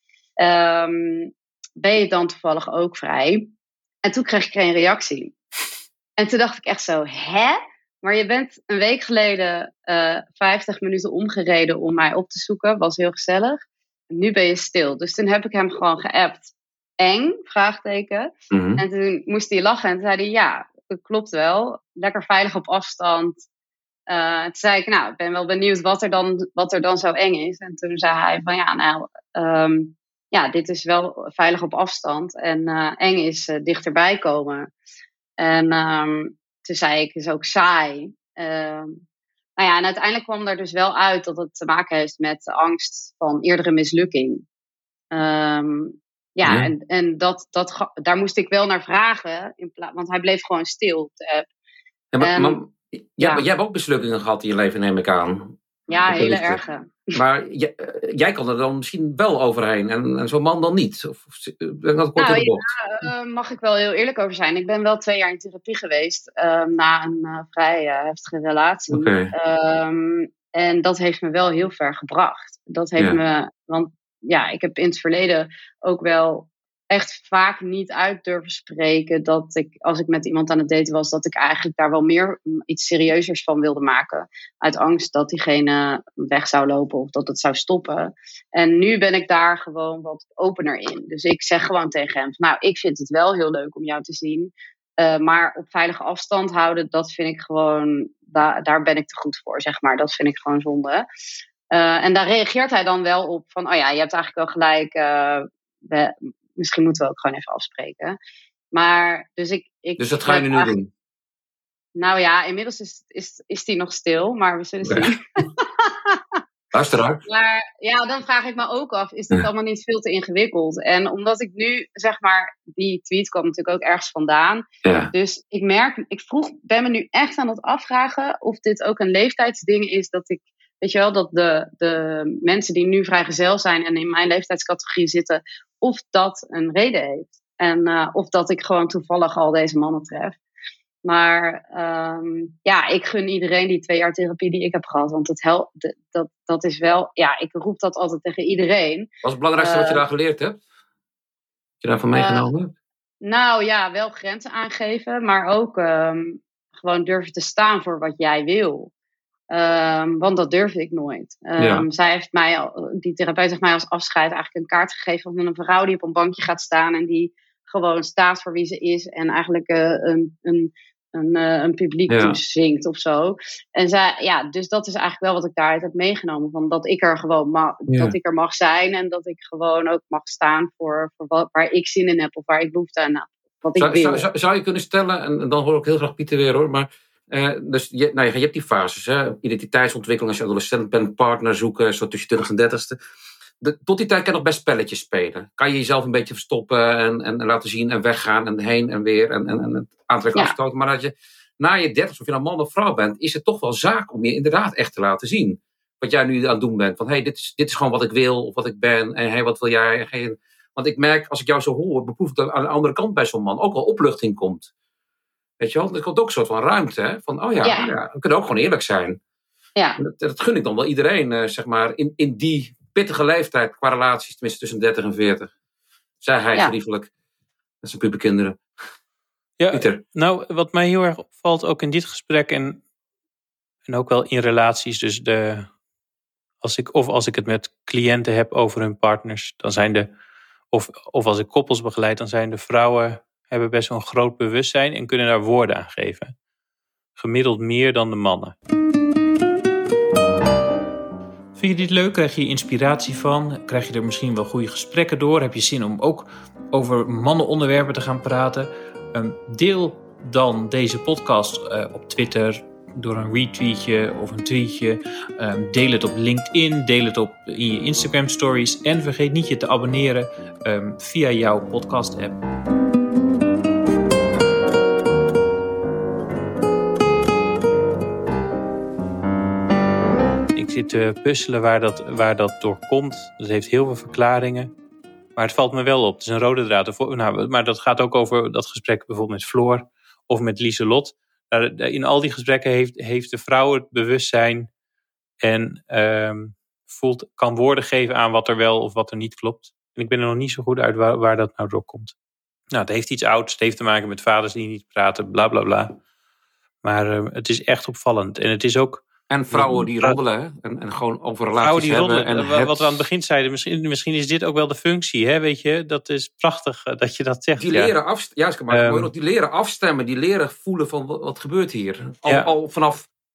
Ben je dan toevallig ook vrij? En toen kreeg ik geen reactie. En toen dacht ik echt zo, Maar je bent een week geleden 50 minuten omgereden om mij op te zoeken. Was heel gezellig. En nu ben je stil. Dus toen heb ik hem gewoon geappt. Eng? Vraagteken. Mm-hmm. En toen moest hij lachen en zei hij, ja, dat klopt wel. Lekker veilig op afstand. toen zei ik, nou, ik ben wel benieuwd wat er dan zo eng is. En toen zei hij van, dit is wel veilig op afstand. En eng is dichterbij komen. En toen zei ik, is ook saai. En uiteindelijk kwam er dus wel uit dat het te maken heeft met de angst van eerdere mislukking. En daar moest ik wel naar vragen. Want hij bleef gewoon stil op de app. Maar jij hebt ook mislukkingen gehad in je leven, neem ik aan. Ja, hele erge. Maar jij kan er dan misschien wel overheen en zo'n man dan niet? Of ben dat kort in de bocht? Mag ik wel heel eerlijk over zijn. Ik ben wel 2 jaar in therapie geweest na een vrij heftige relatie. Okay. En dat heeft me wel heel ver gebracht. Dat heeft me, want ik heb in het verleden ook wel echt vaak niet uit durven spreken dat ik, als ik met iemand aan het daten was, dat ik eigenlijk daar wel meer iets serieuzers van wilde maken. Uit angst dat diegene weg zou lopen of dat het zou stoppen. En nu ben ik daar gewoon wat opener in. Dus ik zeg gewoon tegen hem, nou, ik vind het wel heel leuk om jou te zien. Maar op veilige afstand houden, dat vind ik gewoon, daar ben ik te goed voor, zeg maar. Dat vind ik gewoon zonde. En daar reageert hij dan wel op van, je hebt eigenlijk wel gelijk, misschien moeten we ook gewoon even afspreken. Maar, dus dat ga je nu doen? Nou ja, inmiddels is die nog stil, maar we zullen zien. Luisteraar. Maar dan vraag ik me ook af, is dit allemaal niet veel te ingewikkeld? En omdat ik nu, zeg maar, die tweet kwam natuurlijk ook ergens vandaan. Ja. Dus ben me nu echt aan het afvragen of dit ook een leeftijdsding is, dat ik, weet je wel, dat de mensen die nu vrijgezel zijn en in mijn leeftijdscategorie zitten, of dat een reden heeft. En of dat ik gewoon toevallig al deze mannen tref. Maar ik gun iedereen die 2 jaar therapie die ik heb gehad. Want dat is wel, ik roep dat altijd tegen iedereen. Wat is het belangrijkste wat je daar geleerd hebt? Wat je daarvan meegenomen hebt? Nou ja, wel grenzen aangeven. Maar ook gewoon durven te staan voor wat jij wil. Want dat durfde ik nooit. Zij heeft die therapeut heeft mij als afscheid eigenlijk een kaart gegeven van een vrouw die op een bankje gaat staan en die gewoon staat voor wie ze is en eigenlijk een publiek toezingt of zo. En dus dat is eigenlijk wel wat ik daaruit heb meegenomen, van dat ik er gewoon dat ik er mag zijn en dat ik gewoon ook mag staan voor waar ik zin in heb of waar ik behoefte aan heb. Wat ik wil. Zou je kunnen stellen, en dan hoor ik heel graag Pieter weer hoor, maar dus je hebt die fases, hè? Identiteitsontwikkeling als je adolescent bent, partner zoeken, zo tussen 20 en 30ste. Tot die tijd kan je nog best spelletjes spelen. Kan je jezelf een beetje verstoppen en laten zien en weggaan en heen en weer en het aantrekken afstoten. Maar dat je na je 30, of je nou man of vrouw bent, is het toch wel zaak om je inderdaad echt te laten zien. Wat jij nu aan het doen bent. Van dit is gewoon wat ik wil of wat ik ben. En wat wil jij? Want ik merk, als ik jou zo hoor, beproef ik dat aan de andere kant bij zo'n man ook wel opluchting komt. Weet je wel? Er komt ook een soort van ruimte. Hè? Van, we kunnen ook gewoon eerlijk zijn. Ja. Dat gun ik dan wel iedereen, zeg maar, in die pittige leeftijd qua relaties, tenminste tussen 30 en 40. Zei hij geriefelijk. Met zijn puberkinderen. Ja, Pieter. Nou, wat mij heel erg opvalt, ook in dit gesprek en ook wel in relaties, dus als ik het met cliënten heb over hun partners, dan zijn of als ik koppels begeleid, dan zijn de vrouwen hebben best wel een groot bewustzijn en kunnen daar woorden aan geven. Gemiddeld meer dan de mannen. Vind je dit leuk? Krijg je inspiratie van? Krijg je er misschien wel goede gesprekken door? Heb je zin om ook over mannenonderwerpen te gaan praten? Deel dan deze podcast op Twitter door een retweetje of een tweetje. Deel het op LinkedIn, deel het in je Instagram stories. En vergeet niet je te abonneren via jouw podcast app. Ik zit te puzzelen waar dat door komt. Dat heeft heel veel verklaringen. Maar het valt me wel op. Het is een rode draad. Maar dat gaat ook over dat gesprek bijvoorbeeld met Floor of met Lieselot. In al die gesprekken heeft de vrouw het bewustzijn en kan woorden geven aan wat er wel of wat er niet klopt. En ik ben er nog niet zo goed uit waar dat nou door komt. Nou, het heeft iets ouds. Het heeft te maken met vaders die niet praten, bla bla bla. Maar het is echt opvallend. En het is ook... En vrouwen die roddelen en gewoon over relaties hebben. En wat we aan het begin zeiden, misschien is dit ook wel de functie, hè, weet je. Dat is prachtig dat je dat zegt. Die leren die leren afstemmen, die leren voelen van wat gebeurt hier. Al vanaf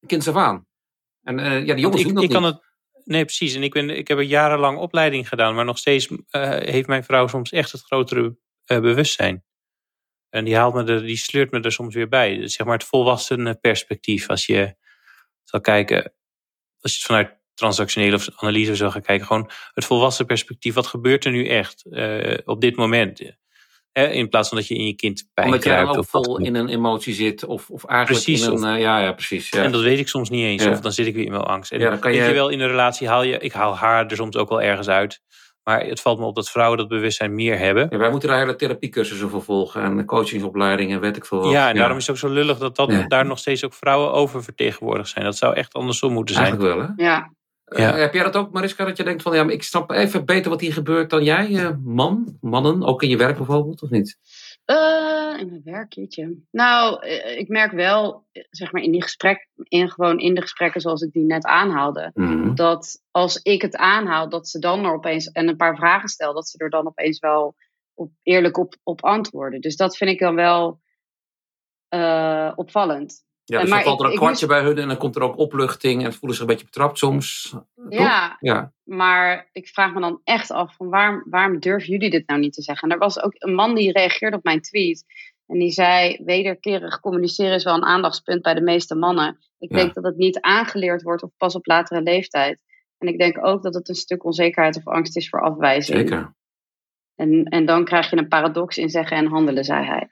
kinds af aan. En die jongens doen dat niet. Nee, precies. En ik heb een jarenlang opleiding gedaan, maar nog steeds heeft mijn vrouw soms echt het grotere bewustzijn. En die sleurt me er soms weer bij. Dus zeg maar het volwassen perspectief. Als je zal kijken, als je het vanuit transactionele of analyse zou gaan kijken, gewoon het volwassen perspectief. Wat gebeurt er nu echt op dit moment? In plaats van dat je in je kind pijn omdat kruipt. Omdat jij dan ook vol in een emotie zit. Of eigenlijk precies, in een... precies. Ja. En dat weet ik soms niet eens. Ja. Of dan zit ik weer in mijn angst. En dan kan weet je wel, in een relatie ik haal haar er soms ook wel ergens uit. Maar het valt me op dat vrouwen dat bewustzijn meer hebben. Ja, wij moeten daar hele therapiecursussen voor volgen. En coachingsopleidingen en weet ik veel wat. Ja, en daarom is het ook zo lullig dat daar nog steeds ook vrouwen oververteegverwoordigd zijn. Dat zou echt andersom moeten zijn. Eigenlijk wel, hè? Ja. Heb jij dat ook, Mariska, dat je denkt van... maar ik snap even beter wat hier gebeurt dan jij, mannen? Ook in je werk bijvoorbeeld, of niet? In mijn werkje. Nou, ik merk wel, zeg maar in de gesprekken zoals ik die net aanhaalde, dat als ik het aanhaal, dat ze dan er opeens en een paar vragen stel, dat ze er dan opeens wel eerlijk op antwoorden. Dus dat vind ik dan wel opvallend. Ja, dus dan valt er een kwartje bij hun en dan komt er ook opluchting en voelen zich een beetje betrapt soms. Ja, maar ik vraag me dan echt af van waarom durven jullie dit nou niet te zeggen? En er was ook een man die reageerde op mijn tweet en die zei, wederkerig communiceren is wel een aandachtspunt bij de meeste mannen. Ik denk dat het niet aangeleerd wordt of pas op latere leeftijd. En ik denk ook dat het een stuk onzekerheid of angst is voor afwijzing. Zeker. En dan krijg je een paradox in zeggen en handelen, zei hij.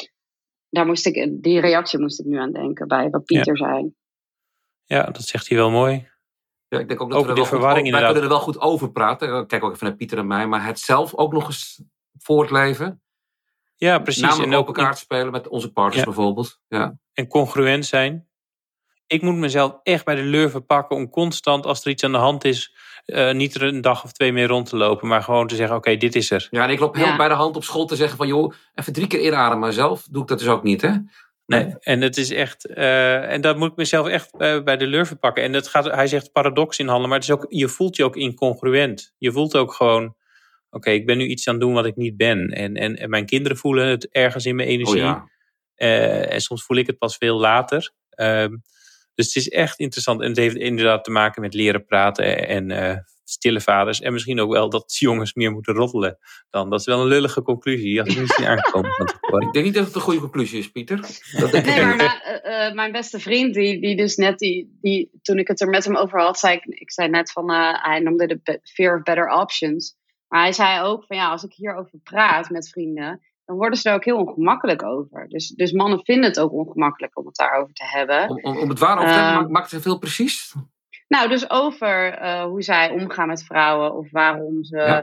Die reactie moest ik nu aan denken bij wat Pieter zei. Ja, dat zegt hij wel mooi. Ja, ik denk ook dat wij kunnen er wel goed over praten. Kijk ook even naar Pieter en mij. Maar het zelf ook nog eens voortleven. Ja, precies. Namelijk en open kaart spelen met onze partners bijvoorbeeld. Ja. En congruent zijn. Ik moet mezelf echt bij de lurven pakken om constant, als er iets aan de hand is, niet er een dag of 2 mee rond te lopen, maar gewoon te zeggen, oké, dit is er. Ja, en ik loop heel bij de hand op school te zeggen van, joh, even 3 keer inademen. Maar zelf doe ik dat dus ook niet, hè? Nee, en het is echt, en dat moet ik mezelf echt bij de lurven pakken. En hij zegt paradox inhandelen, maar het is ook, je voelt je ook incongruent. Je voelt ook gewoon, oké, ik ben nu iets aan het doen wat ik niet ben. En mijn kinderen voelen het ergens in mijn energie. Oh ja. En soms voel ik het pas veel later. Dus het is echt interessant. En het heeft inderdaad te maken met leren praten en stille vaders. En misschien ook wel dat jongens meer moeten roddelen dan. Dat is wel een lullige conclusie. Die had ik niet zien aankomen. Ik denk niet dat het een goede conclusie is, Pieter. Maar mijn beste vriend, die dus net, toen ik het er met hem over had, ik zei net van, hij noemde de fear of better options. Maar hij zei ook van, als ik hierover praat met vrienden, dan worden ze er ook heel ongemakkelijk over. Dus mannen vinden het ook ongemakkelijk om het daarover te hebben. Om het waar over te hebben, maakt het veel precies? Nou, dus over hoe zij omgaan met vrouwen of waarom ze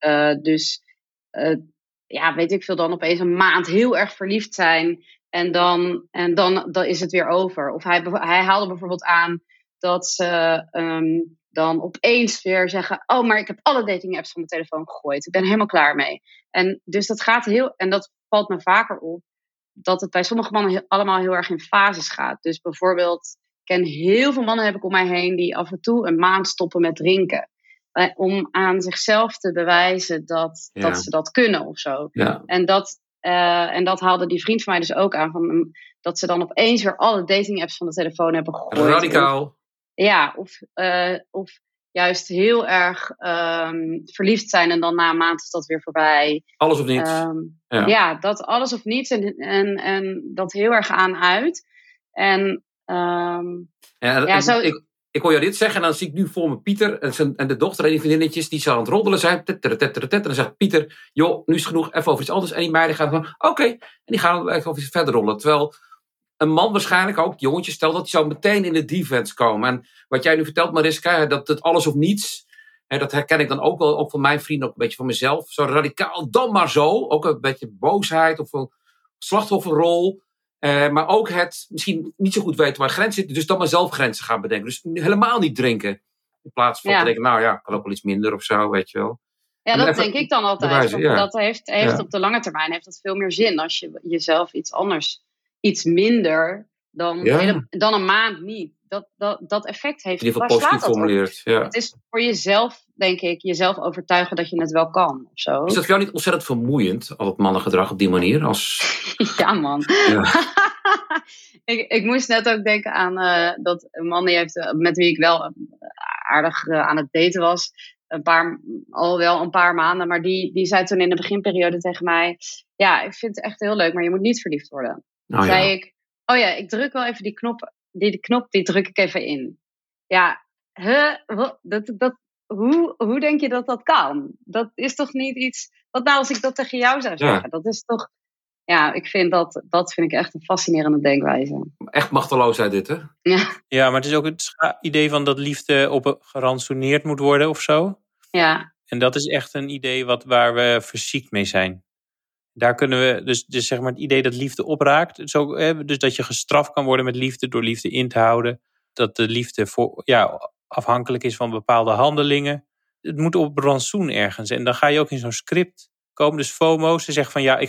weet ik veel, dan opeens een maand heel erg verliefd zijn en dan is het weer over. Of hij haalde bijvoorbeeld aan dat ze dan opeens weer zeggen, oh, maar ik heb alle dating apps van mijn telefoon gegooid. Ik ben helemaal klaar mee. En dus dat gaat en dat valt me vaker op, dat het bij sommige mannen allemaal heel erg in fases gaat. Dus bijvoorbeeld, ik ken heel veel mannen, heb ik om mij heen, die af en toe een maand stoppen met drinken. Om aan zichzelf te bewijzen dat ze dat kunnen of zo. Ja. En dat haalde die vriend van mij dus ook aan. Dat ze dan opeens weer alle dating apps van de telefoon hebben gegooid. Radicaal. Of juist heel erg verliefd zijn en dan na een maand is dat weer voorbij. Alles of niets. Dat alles of niets en dat heel erg aan uit. Ik hoor jou dit zeggen en dan zie ik nu voor me Pieter en de dochter en die vriendinnetjes die zo aan het roddelen zijn. En dan zegt Pieter, joh, nu is het genoeg, even over iets anders. En die meiden gaan gewoon, oké. En die gaan even over iets verder rollen. Terwijl een man waarschijnlijk ook, jongetjes, stel dat hij zou meteen in de defense komen. En wat jij nu vertelt, Mariska, dat het alles of niets, dat herken ik dan ook wel, ook van mijn vrienden, ook een beetje van mezelf. Zo radicaal, dan maar zo. Ook een beetje boosheid of een slachtofferrol. Maar ook het misschien niet zo goed weten waar grenzen zitten. Dus dan maar zelf grenzen gaan bedenken. Dus helemaal niet drinken. In plaats van te denken, kan ook wel iets minder of zo, weet je wel. Ja, dat denk ik dan altijd. Dat heeft op de lange termijn heeft dat veel meer zin. Als je jezelf iets anders, iets minder dan een maand niet. dat effect heeft. In ieder geval positief formuleert. Ja. Het is voor jezelf, denk ik, jezelf overtuigen dat je het wel kan. Of zo. Is dat voor jou niet ontzettend vermoeiend, al het mannengedrag op die manier? Ja, man. Ja. ik moest net ook denken aan dat een man die heeft, met wie ik wel aardig aan het daten was. Al wel een paar maanden. Maar die zei toen in de beginperiode tegen mij... Ja, ik vind het echt heel leuk, maar je moet niet verliefd worden. Zei ik... Oh ja, ik druk wel even die knop. Die knop, die druk ik even in. Ja, hoe denk je dat kan? Dat is toch niet iets... Wat nou als ik dat tegen jou zou zeggen? Ja. Dat is toch... Ja, ik vind dat vind ik echt een fascinerende denkwijze. Echt machteloosheid dit, hè? Ja, maar het is ook het idee van dat liefde gerantsoeneerd moet worden of zo. Ja. En dat is echt een idee waar we verziekt mee zijn. Daar kunnen we, dus zeg maar het idee dat liefde opraakt. Dus dat je gestraft kan worden met liefde door liefde in te houden. Dat de liefde afhankelijk is van bepaalde handelingen. Het moet op rantsoen ergens. En dan ga je ook in zo'n script komen. Dus FOMO's. Ze zeggen van ja,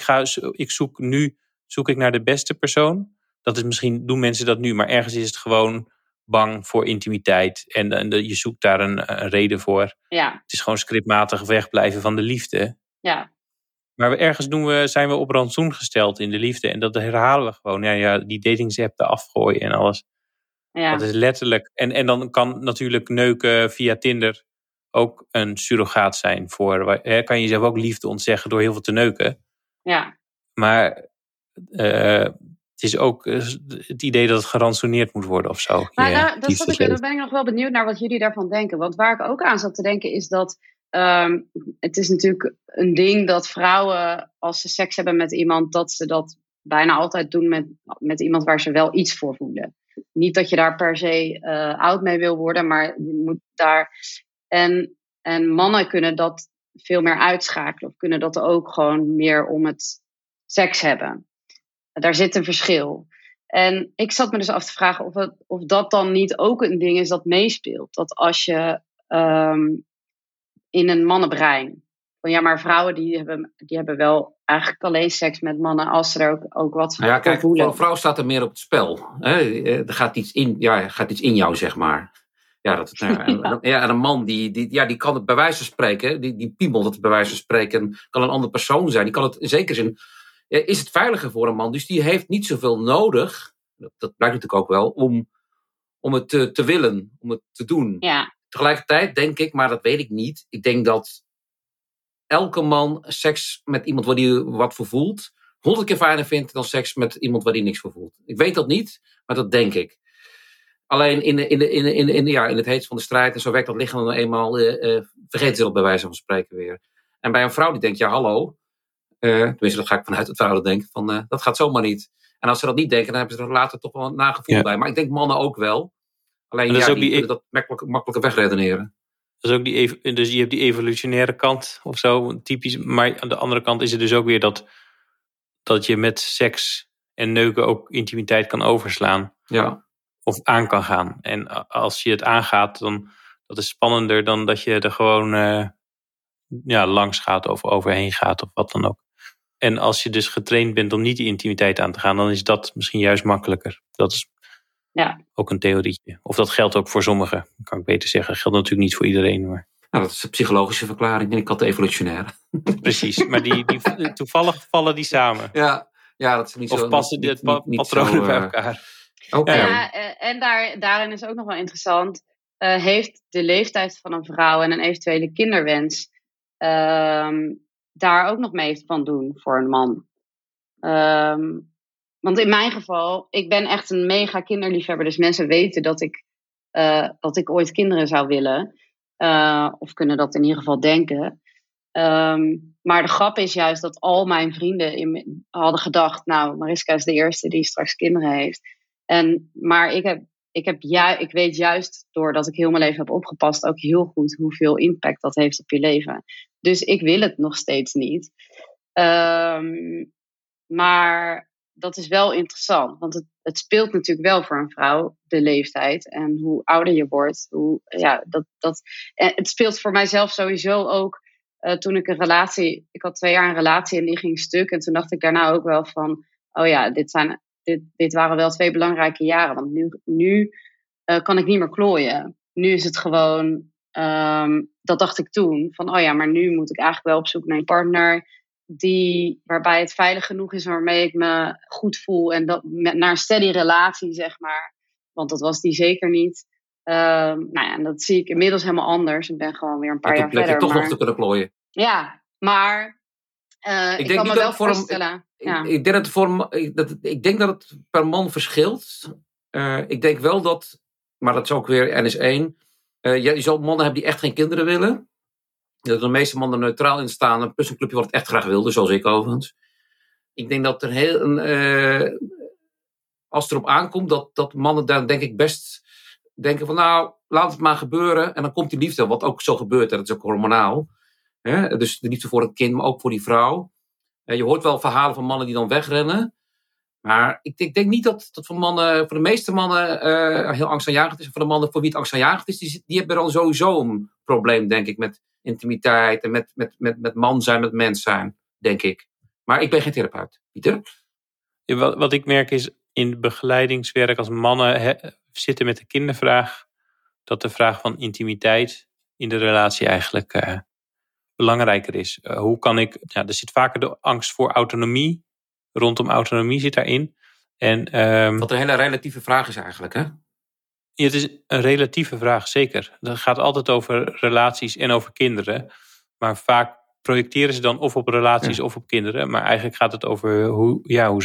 zoek ik naar de beste persoon. Dat is misschien, doen mensen dat nu. Maar ergens is het gewoon bang voor intimiteit. En je zoekt daar een reden voor. Ja. Het is gewoon scriptmatig wegblijven van de liefde. Ja. Maar ergens zijn we op rantsoen gesteld in de liefde. En dat herhalen we gewoon. Ja, die datingsapp afgooien en alles. Ja. Dat is letterlijk. En dan kan natuurlijk neuken via Tinder ook een surrogaat zijn. Kan je jezelf ook liefde ontzeggen door heel veel te neuken. Ja. Maar het is ook het idee dat het gerantsoeneerd moet worden of zo. Maar daar ben ik nog wel benieuwd naar wat jullie daarvan denken. Want waar ik ook aan zat te denken is dat... het is natuurlijk een ding dat vrouwen, als ze seks hebben met iemand, dat ze dat bijna altijd doen met iemand waar ze wel iets voor voelen. Niet dat je daar per se oud mee wil worden, maar je moet daar... En mannen kunnen dat veel meer uitschakelen. Of kunnen dat ook gewoon meer om het seks hebben. Daar zit een verschil. En ik zat me dus af te vragen of dat dan niet ook een ding is dat meespeelt. Dat als je... in een mannenbrein. Van ja, maar vrouwen die hebben wel eigenlijk alleen seks met mannen als ze er ook wat van voelen. Voor een vrouw staat er meer op het spel. Er gaat iets in jou, zeg maar. En een man die kan het bij wijze van spreken, die piemelt het bij wijze van spreken, kan een andere persoon zijn. Die kan het in zekere zin, is het veiliger voor een man. Dus die heeft niet zoveel nodig, dat blijkt natuurlijk ook wel, om het te willen, om het te doen. Ja. Tegelijkertijd denk ik, maar dat weet ik niet. Ik denk dat elke man seks met iemand waar hij wat voor voelt 100 keer fijner vindt dan seks met iemand waar hij niks voor voelt. Ik weet dat niet, maar dat denk ik. Alleen in het heet van de strijd en zo werkt dat lichaam dan eenmaal, vergeten ze dat bij wijze van spreken weer. En bij een vrouw die denkt, ja hallo, tenminste dat ga ik vanuit het vrouw dat denkt, van dat gaat zomaar niet. En als ze dat niet denken, dan hebben ze er later toch wel een nagevoel bij. Maar ik denk mannen ook wel. Alleen die kunnen dat makkelijker wegredeneren. Dat is ook dus je hebt die evolutionaire kant of zo, typisch. Maar aan de andere kant is het dus ook weer dat je met seks en neuken ook intimiteit kan overslaan. Ja. Of aan kan gaan. En als je het aangaat, dan dat is spannender dan dat je er gewoon langs gaat of overheen gaat of wat dan ook. En als je dus getraind bent om niet die intimiteit aan te gaan, dan is dat misschien juist makkelijker. Dat is ook een theorietje. Of dat geldt ook voor sommigen, kan ik beter zeggen. Dat geldt natuurlijk niet voor iedereen. Maar... Nou, dat is een psychologische verklaring en ik had de evolutionaire. Precies, maar die toevallig vallen die samen. Ja, dat is niet of zo... Of passen die patronen bij elkaar. Okay. Ja, en daarin is ook nog wel interessant. Heeft de leeftijd van een vrouw en een eventuele kinderwens daar ook nog mee van doen voor een man? Want in mijn geval, ik ben echt een mega kinderliefhebber. Dus mensen weten dat ik ooit kinderen zou willen. Of kunnen dat in ieder geval denken. Maar de grap is juist dat al mijn vrienden hadden gedacht... Nou, Mariska is de eerste die straks kinderen heeft. Maar ik weet juist, doordat ik heel mijn leven heb opgepast... ook heel goed hoeveel impact dat heeft op je leven. Dus ik wil het nog steeds niet. Maar dat is wel interessant. Want het speelt natuurlijk wel voor een vrouw, de leeftijd. En hoe ouder je wordt. Het speelt voor mijzelf sowieso ook... toen ik ik had 2 jaar een relatie en die ging stuk. En toen dacht ik daarna ook wel van... Oh ja, dit waren wel 2 belangrijke jaren. Want nu kan ik niet meer klooien. Nu is het gewoon, dat dacht ik toen, van maar nu moet ik eigenlijk wel op zoek naar een partner waarbij het veilig genoeg is, waarmee ik me goed voel en naar een steady relatie, zeg maar. Want dat was die zeker niet. En dat zie ik inmiddels helemaal anders. Ik ben gewoon weer een paar jaar verder. Je toch nog te kunnen klooien. Ja, maar ik kan me wel voorstellen. Ik denk dat het per man verschilt. Ik denk wel dat, maar dat is ook weer N+1. Je zal mannen hebben die echt geen kinderen willen. Dat de meeste mannen neutraal in staan. Plus een clubje wat het echt graag wilde, zoals ik overigens. Ik denk dat als het erop aankomt, dat mannen daar denk ik best denken van laat het maar gebeuren. En dan komt die liefde, wat ook zo gebeurt. En dat is ook hormonaal. Dus de liefde voor het kind, maar ook voor die vrouw. Je hoort wel verhalen van mannen die dan wegrennen. Maar ik denk niet dat voor de meeste mannen heel angstaanjagend is. En voor de mannen voor wie het angstaanjagend is, die hebben dan sowieso een probleem, denk ik, met intimiteit en met man zijn, met mens zijn, denk ik. Maar ik ben geen therapeut. Pieter? Ja, wat ik merk is in begeleidingswerk als mannen zitten met de kindervraag, dat de vraag van intimiteit in de relatie eigenlijk belangrijker is. Hoe kan ik... er zit vaker de angst voor autonomie. Rondom autonomie zit daarin. Wat een hele relatieve vraag is eigenlijk, hè? Ja, het is een relatieve vraag, zeker. Het gaat altijd over relaties en over kinderen. Maar vaak projecteren ze dan of op relaties of op kinderen. Maar eigenlijk gaat het over hoe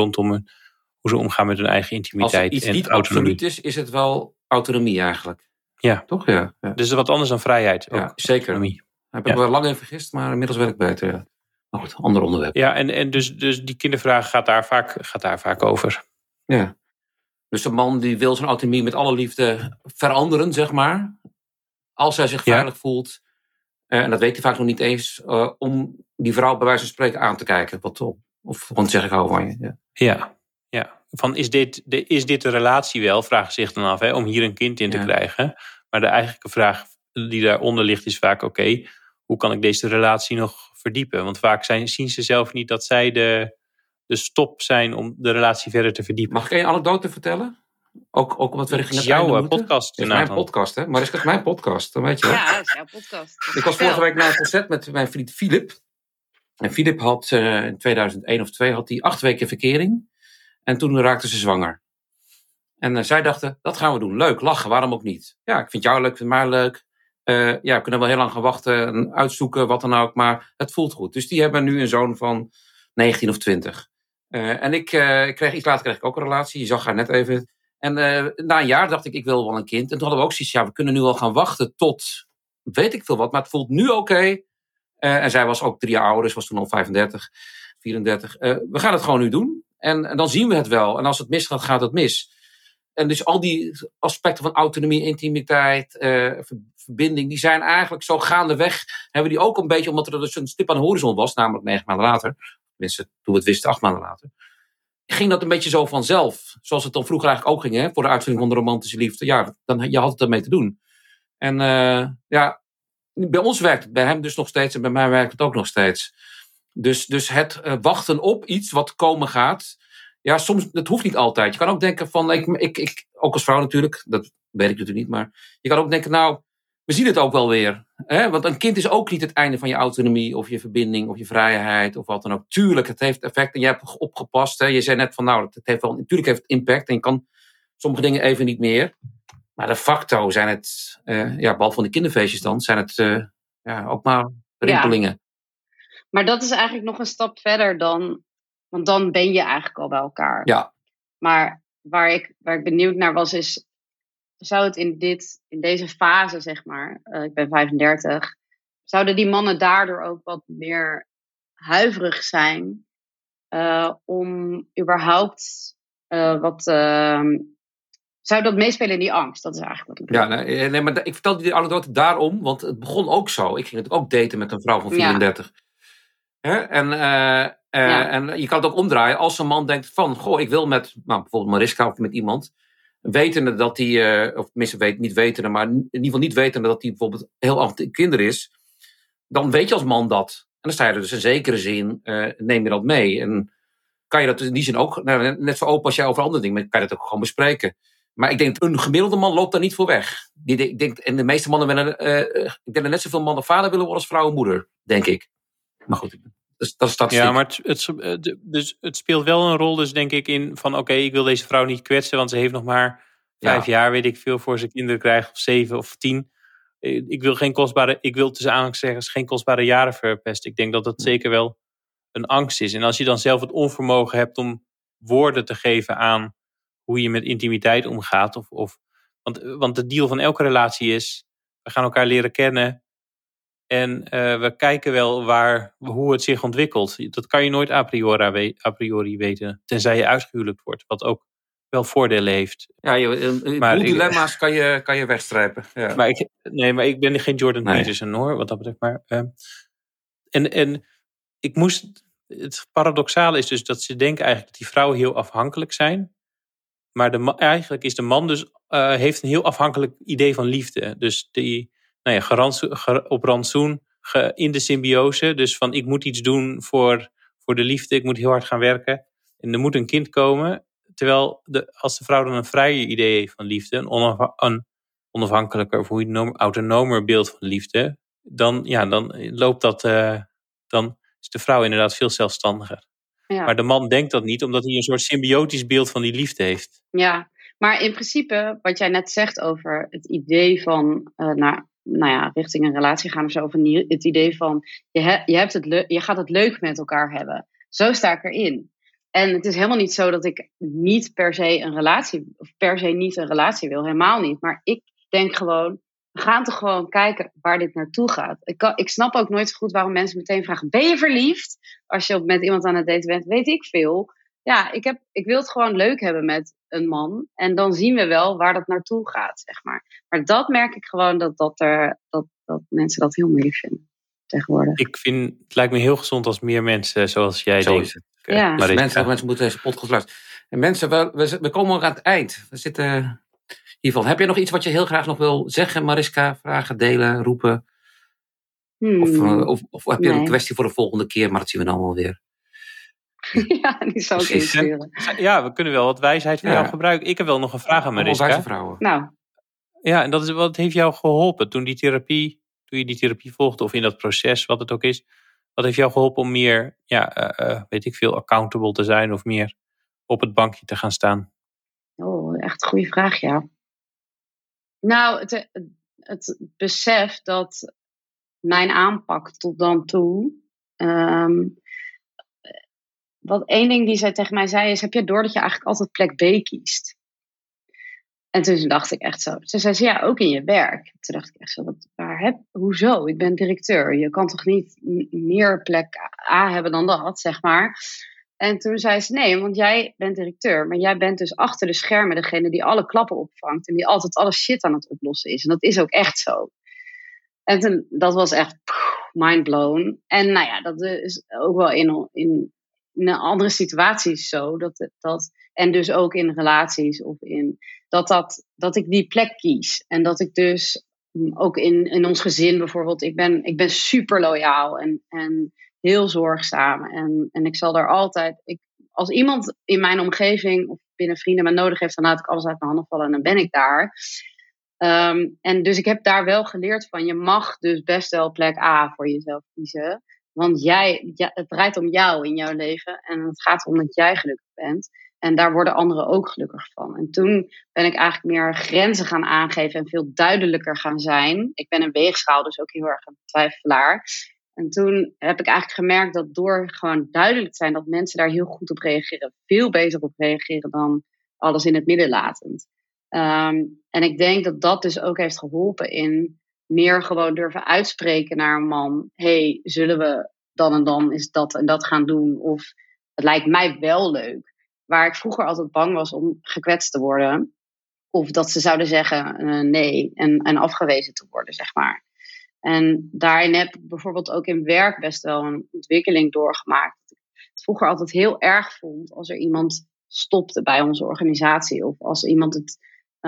ze omgaan met hun eigen intimiteit Als iets en niet autonomie. Absoluut is het wel autonomie eigenlijk. Ja. Toch? Ja. Dus wat anders dan vrijheid. Ook. Ja, zeker. Autonomie. Daar heb ik wel lang in vergist, maar inmiddels werkt het beter. Ja. Maar goed, ander onderwerp. Ja, en dus die kindervraag gaat daar vaak over. Ja. Dus een man die wil zijn autonomie met alle liefde veranderen, zeg maar. Als hij zich veilig voelt. En dat weet hij vaak nog niet eens. Om die vrouw bij wijze van spreken aan te kijken. Of gewoon zeg ik hou van je. Ja. Van is dit de relatie wel? Vragen zich dan af, om hier een kind in te krijgen. Maar de eigenlijke vraag die daaronder ligt is vaak, oké, hoe kan ik deze relatie nog verdiepen? Want vaak zien ze zelf niet dat zij de stop zijn om de relatie verder te verdiepen. Mag ik een anekdote vertellen? Ook omdat we richting het einde moeten? Podcast. Het is mijn podcast, hè? Maar is het mijn podcast? Dan weet je wel. Ja, het is jouw podcast. Ik was vorige week naar een concert met mijn vriend Philip. En Philip had in 2001 of 2002 had hij 8 weken verkering. En toen raakte ze zwanger. En zij dachten, dat gaan we doen. Leuk, lachen, waarom ook niet? Ja, ik vind jou leuk, ik vind mij leuk. We kunnen wel heel lang gaan wachten en uitzoeken, wat dan ook. Maar het voelt goed. Dus die hebben nu een zoon van 19 of 20. En iets later kreeg ik ook een relatie. Je zag haar net even. En na een jaar dacht ik wil wel een kind. En toen hadden we ook zoiets, we kunnen nu al gaan wachten tot weet ik veel wat. Maar het voelt nu oké. En zij was ook 3 jaar ouder, dus was toen al 35, 34. We gaan het gewoon nu doen. En dan zien we het wel. En als het misgaat, gaat het mis. En dus al die aspecten van autonomie, intimiteit, verbinding, die zijn eigenlijk zo gaandeweg. Hebben die ook een beetje, omdat er dus een stip aan de horizon was, namelijk 9 maanden later. Tenminste, toen we het wisten, 8 maanden later. Ging dat een beetje zo vanzelf. Zoals het dan vroeger eigenlijk ook ging, hè, voor de uitvinding van de romantische liefde. Ja, je had het ermee te doen. En bij ons werkt het, bij hem dus nog steeds en bij mij werkt het ook nog steeds. Dus het wachten op iets wat komen gaat. Ja, soms, dat hoeft niet altijd. Je kan ook denken van, ik ook als vrouw natuurlijk, dat weet ik natuurlijk niet, maar je kan ook denken, we zien het ook wel weer. Hè? Want een kind is ook niet het einde van je autonomie of je verbinding of je vrijheid of wat dan ook. Tuurlijk, het heeft effect en je hebt opgepast. Hè? Je zei net van, natuurlijk heeft het impact en je kan sommige dingen even niet meer. Maar de facto zijn het, behalve van de kinderfeestjes dan, zijn het ook maar rimpelingen. Ja. Maar dat is eigenlijk nog een stap verder dan, want dan ben je eigenlijk al bij elkaar. Ja. Maar waar ik benieuwd naar was, is, zou het in deze fase, zeg maar, ik ben 35, zouden die mannen daardoor ook wat meer huiverig zijn om überhaupt zou dat meespelen in die angst? Dat is eigenlijk wat ik nee, maar ik vertelde die anekdote daarom, want het begon ook zo. Ik ging het ook daten met een vrouw van 34. Ja. En je kan het ook omdraaien. Als een man denkt van, ik wil met bijvoorbeeld Mariska of met iemand, wetende dat hij, of tenminste niet wetende, maar in ieder geval niet wetende dat hij bijvoorbeeld heel af en kinder is, dan weet je als man dat. En dan sta je er dus in zekere zin, neem je dat mee. En kan je dat in die zin ook, net zo open als jij over andere dingen, kan je dat ook gewoon bespreken. Maar ik denk, een gemiddelde man loopt daar niet voor weg. Ik denk, en de meeste mannen willen... ik denk dat net zoveel mannen vader willen worden als vrouwen moeder, denk ik. Maar goed, dat is statistiek. Ja, maar het speelt wel een rol dus denk ik in van oké, ik wil deze vrouw niet kwetsen, want ze heeft nog maar 5 jaar, weet ik veel, voor ze kinderen krijgt, of 7 of 10. Ik wil tussen aanhalingstekens geen kostbare jaren verpesten. Ik denk dat dat zeker wel een angst is. En als je dan zelf het onvermogen hebt om woorden te geven aan hoe je met intimiteit omgaat, want de deal van elke relatie is, we gaan elkaar leren kennen. En we kijken wel hoe het zich ontwikkelt. Dat kan je nooit a priori weten. Tenzij je uitgehuwelijkd wordt. Wat ook wel voordelen heeft. Ja, dilemma's kan je wegstrijpen. Ja. Maar ik ben geen Jordan Peterson hoor. Wat dat betreft. Maar, het paradoxale is dus dat ze denken eigenlijk dat die vrouwen heel afhankelijk zijn. Maar eigenlijk is de man dus heeft een heel afhankelijk idee van liefde. Dus die... op rantsoen, in de symbiose. Dus van ik moet iets doen voor de liefde. Ik moet heel hard gaan werken. En er moet een kind komen. Terwijl als de vrouw dan een vrijer idee heeft van liefde. Een onafhankelijker of autonomer beeld van liefde. Dan loopt dat... dan is de vrouw inderdaad veel zelfstandiger. Ja. Maar de man denkt dat niet. Omdat hij een soort symbiotisch beeld van die liefde heeft. Ja, maar in principe wat jij net zegt over het idee van... richting een relatie gaan of zo. Of het idee van, je gaat het leuk met elkaar hebben. Zo sta ik erin. En het is helemaal niet zo dat ik niet per se een relatie wil. Helemaal niet. Maar ik denk gewoon, we gaan toch gewoon kijken waar dit naartoe gaat. Ik snap ook nooit zo goed waarom mensen meteen vragen, ben je verliefd? Als je met iemand aan het daten bent, weet ik veel. Ja, ik wil het gewoon leuk hebben met een man. En dan zien we wel waar dat naartoe gaat, zeg maar. Maar dat merk ik gewoon dat mensen dat heel moeilijk vinden tegenwoordig. Het lijkt me heel gezond als meer mensen zoals jij denkt. Ja. Mensen moeten deze podcast luisteren. En mensen, we komen ook aan het eind. We zitten hiervan. Heb je nog iets wat je heel graag nog wil zeggen, Mariska? Vragen, delen, roepen? Of heb je een kwestie voor de volgende keer? Maar dat zien we dan allemaal weer. Ja, die zou ik insturen. Ja, we kunnen wel wat wijsheid van jou gebruiken. Ik heb wel nog een vraag aan Mariska. Wijze vrouwen. Nou. Ja, en dat is wat heeft jou geholpen toen je die therapie volgde of in dat proces, wat het ook is. Wat heeft jou geholpen om meer, accountable te zijn of meer op het bankje te gaan staan? Oh, echt een goede vraag, ja. Nou, het besef dat mijn aanpak tot dan toe... Wat één ding die zij tegen mij zei is, heb je door dat je eigenlijk altijd plek B kiest? En toen dacht ik echt zo. Ze zei, ja, ook in je werk. Toen dacht ik echt zo, hoezo? Ik ben directeur. Je kan toch niet meer plek A hebben dan dat, zeg maar. En toen zei ze, nee, want jij bent directeur. Maar jij bent dus achter de schermen degene die alle klappen opvangt. En die altijd alle shit aan het oplossen is. En dat is ook echt zo. En toen, dat was echt mind blown. En nou ja, dat is ook wel in andere situaties zo. En dus ook in relaties of dat ik die plek kies. En dat ik dus ook in ons gezin bijvoorbeeld, ik ben super loyaal en heel zorgzaam. En ik zal daar altijd, als iemand in mijn omgeving of binnen vrienden me nodig heeft, dan laat ik alles uit mijn handen vallen en dan ben ik daar. En dus ik heb daar wel geleerd van, je mag dus best wel plek A voor jezelf kiezen. Want het draait om jou in jouw leven. En het gaat om dat jij gelukkig bent. En daar worden anderen ook gelukkig van. En toen ben ik eigenlijk meer grenzen gaan aangeven. En veel duidelijker gaan zijn. Ik ben een weegschaal, dus ook heel erg een twijfelaar. En toen heb ik eigenlijk gemerkt dat door gewoon duidelijk te zijn, dat mensen daar heel goed op reageren. Veel beter op reageren dan alles in het midden latend. En ik denk dat dat dus ook heeft geholpen in meer gewoon durven uitspreken naar een man. Hey, zullen we dan en dan is dat en dat gaan doen? Of het lijkt mij wel leuk. Waar ik vroeger altijd bang was om gekwetst te worden. Of dat ze zouden zeggen nee en afgewezen te worden, zeg maar. En daarin heb ik bijvoorbeeld ook in werk best wel een ontwikkeling doorgemaakt. Dat ik het vroeger altijd heel erg vond als er iemand stopte bij onze organisatie. Of als iemand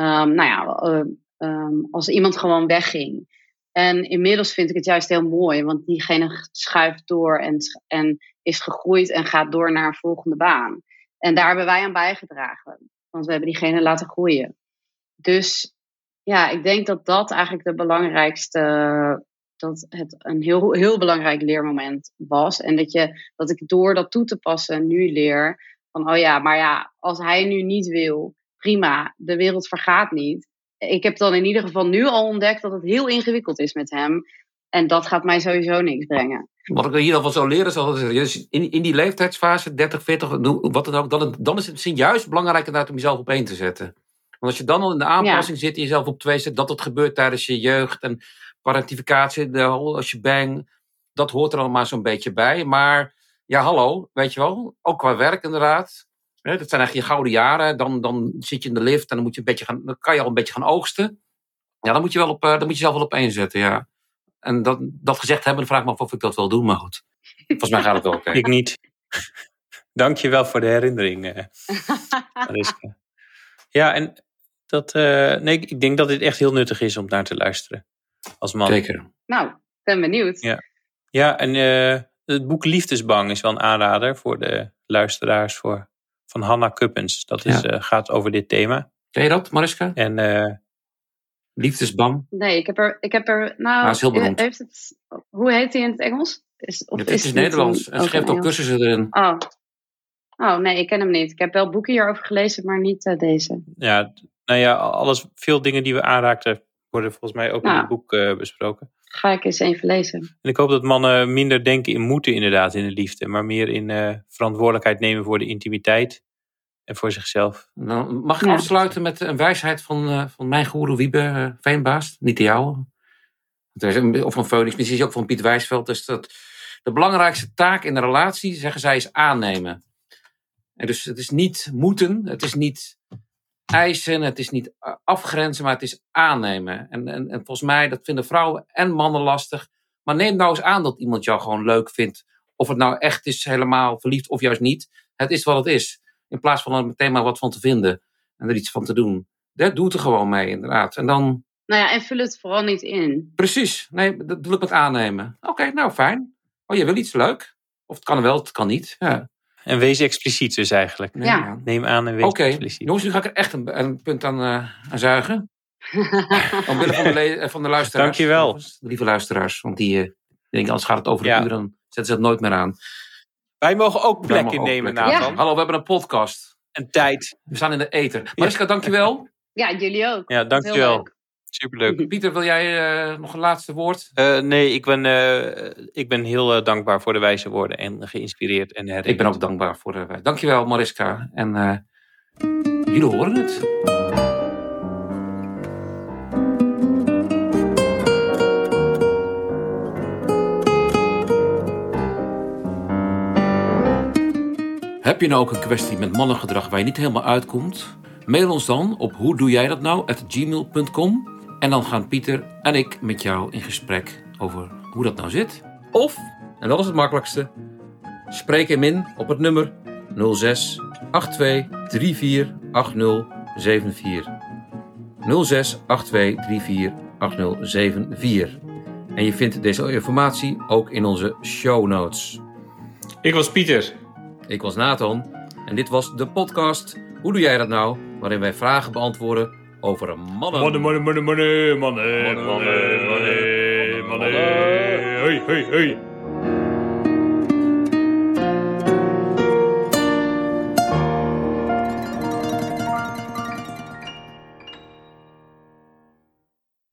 als iemand gewoon wegging. En inmiddels vind ik het juist heel mooi. Want diegene schuift door en is gegroeid en gaat door naar een volgende baan. En daar hebben wij aan bijgedragen. Want we hebben diegene laten groeien. Dus ja, ik denk dat eigenlijk de belangrijkste, dat het een heel, heel belangrijk leermoment was. En dat ik door dat toe te passen nu leer van, maar ja, als hij nu niet wil, prima, de wereld vergaat niet. Ik heb dan in ieder geval nu al ontdekt dat het heel ingewikkeld is met hem. En dat gaat mij sowieso niks brengen. Wat ik hier al van zou leren, is in die leeftijdsfase, 30, 40, wat dan ook, dan is het misschien juist belangrijk om jezelf op 1 te zetten. Want als je dan al in de aanpassing zit en jezelf op 2 zet, dat het gebeurt tijdens je jeugd en parentificatie, als je bang, dat hoort er allemaal zo'n beetje bij. Maar ja, hallo, weet je wel, ook qua werk inderdaad. Dat zijn eigenlijk je gouden jaren. Dan zit je in de lift en dan kan je al een beetje gaan oogsten. Ja, dan moet je jezelf wel op 1 zetten, ja. En dat gezegd hebben, vraag ik me af of ik dat wel doe, maar goed. Volgens mij gaat het wel oké. Ik niet. Dank je wel voor de herinnering, Mariska. Ja, en ik denk dat dit echt heel nuttig is om naar te luisteren. Als man. Zeker. Nou, ben benieuwd. Ja, en het boek Liefdesbang is wel een aanrader voor de luisteraars van Hanna Kuppens. Dat gaat over dit thema. Ken je dat, Mariska? En Liefdesbang? Nee, ik heb er nou, is heel beroemd. Hoe heet hij in het Engels? Het is Nederlands. En schrijft ook cursussen erin. Oh, nee, ik ken hem niet. Ik heb wel boeken hierover gelezen, maar niet deze. Ja, nou ja, veel dingen die we aanraakten worden volgens mij ook in het boek besproken. Ga ik eens even lezen. En ik hoop dat mannen minder denken in moeten inderdaad in de liefde, maar meer in verantwoordelijkheid nemen voor de intimiteit en voor zichzelf. Nou, mag ik afsluiten met een wijsheid van mijn goeroe Wiebe Veenbaas? Niet de jouwe. Of van Phoenix, misschien ook van Piet Wijsveld. Dus dat de belangrijkste taak in de relatie, zeggen zij, is aannemen. En dus het is niet moeten, het is niet eisen, het is niet afgrenzen, maar het is aannemen. En volgens mij, dat vinden vrouwen en mannen lastig. Maar neem nou eens aan dat iemand jou gewoon leuk vindt. Of het nou echt is helemaal verliefd of juist niet. Het is wat het is. In plaats van er meteen maar wat van te vinden en er iets van te doen. Doe het er gewoon mee, inderdaad. En dan... Nou ja, en vul het vooral niet in. Precies. Nee, dat wil ik met aannemen. Oké, nou fijn. Oh, je wil iets leuk? Of het kan wel, het kan niet. Ja. En wees expliciet dus eigenlijk. Neem aan en wees expliciet. Jongens, nu ga ik er echt een punt aan zuigen. Omwille van de luisteraars. Dankjewel. De lieve luisteraars. Want die denken, anders gaat het over de uur. Dan zetten ze het nooit meer aan. Wij mogen ook plek innemen, Nathan. Hallo, we hebben een podcast. En tijd. We staan in de ether. Mariska, dankjewel. Ja, jullie ook. Ja, dankjewel. Superleuk. Pieter, wil jij nog een laatste woord? Nee, ik ben heel dankbaar voor de wijze woorden en geïnspireerd en herinnerd. Ik ben ook dankbaar voor de wijze. Dankjewel, Mariska. En jullie horen het. Heb je nou ook een kwestie met mannengedrag waar je niet helemaal uitkomt? Mail ons dan op hoedoejijdatnou@gmail.com. En dan gaan Pieter en ik met jou in gesprek over hoe dat nou zit. Of, en dat is het makkelijkste, spreek hem in op het nummer 06 82 34 8074. 06 82 34 8074. En je vindt deze informatie ook in onze show notes. Ik was Pieter. Ik was Nathan. En dit was de podcast Hoe doe jij dat nou? Waarin wij vragen beantwoorden over mannen. Mannen. Hey.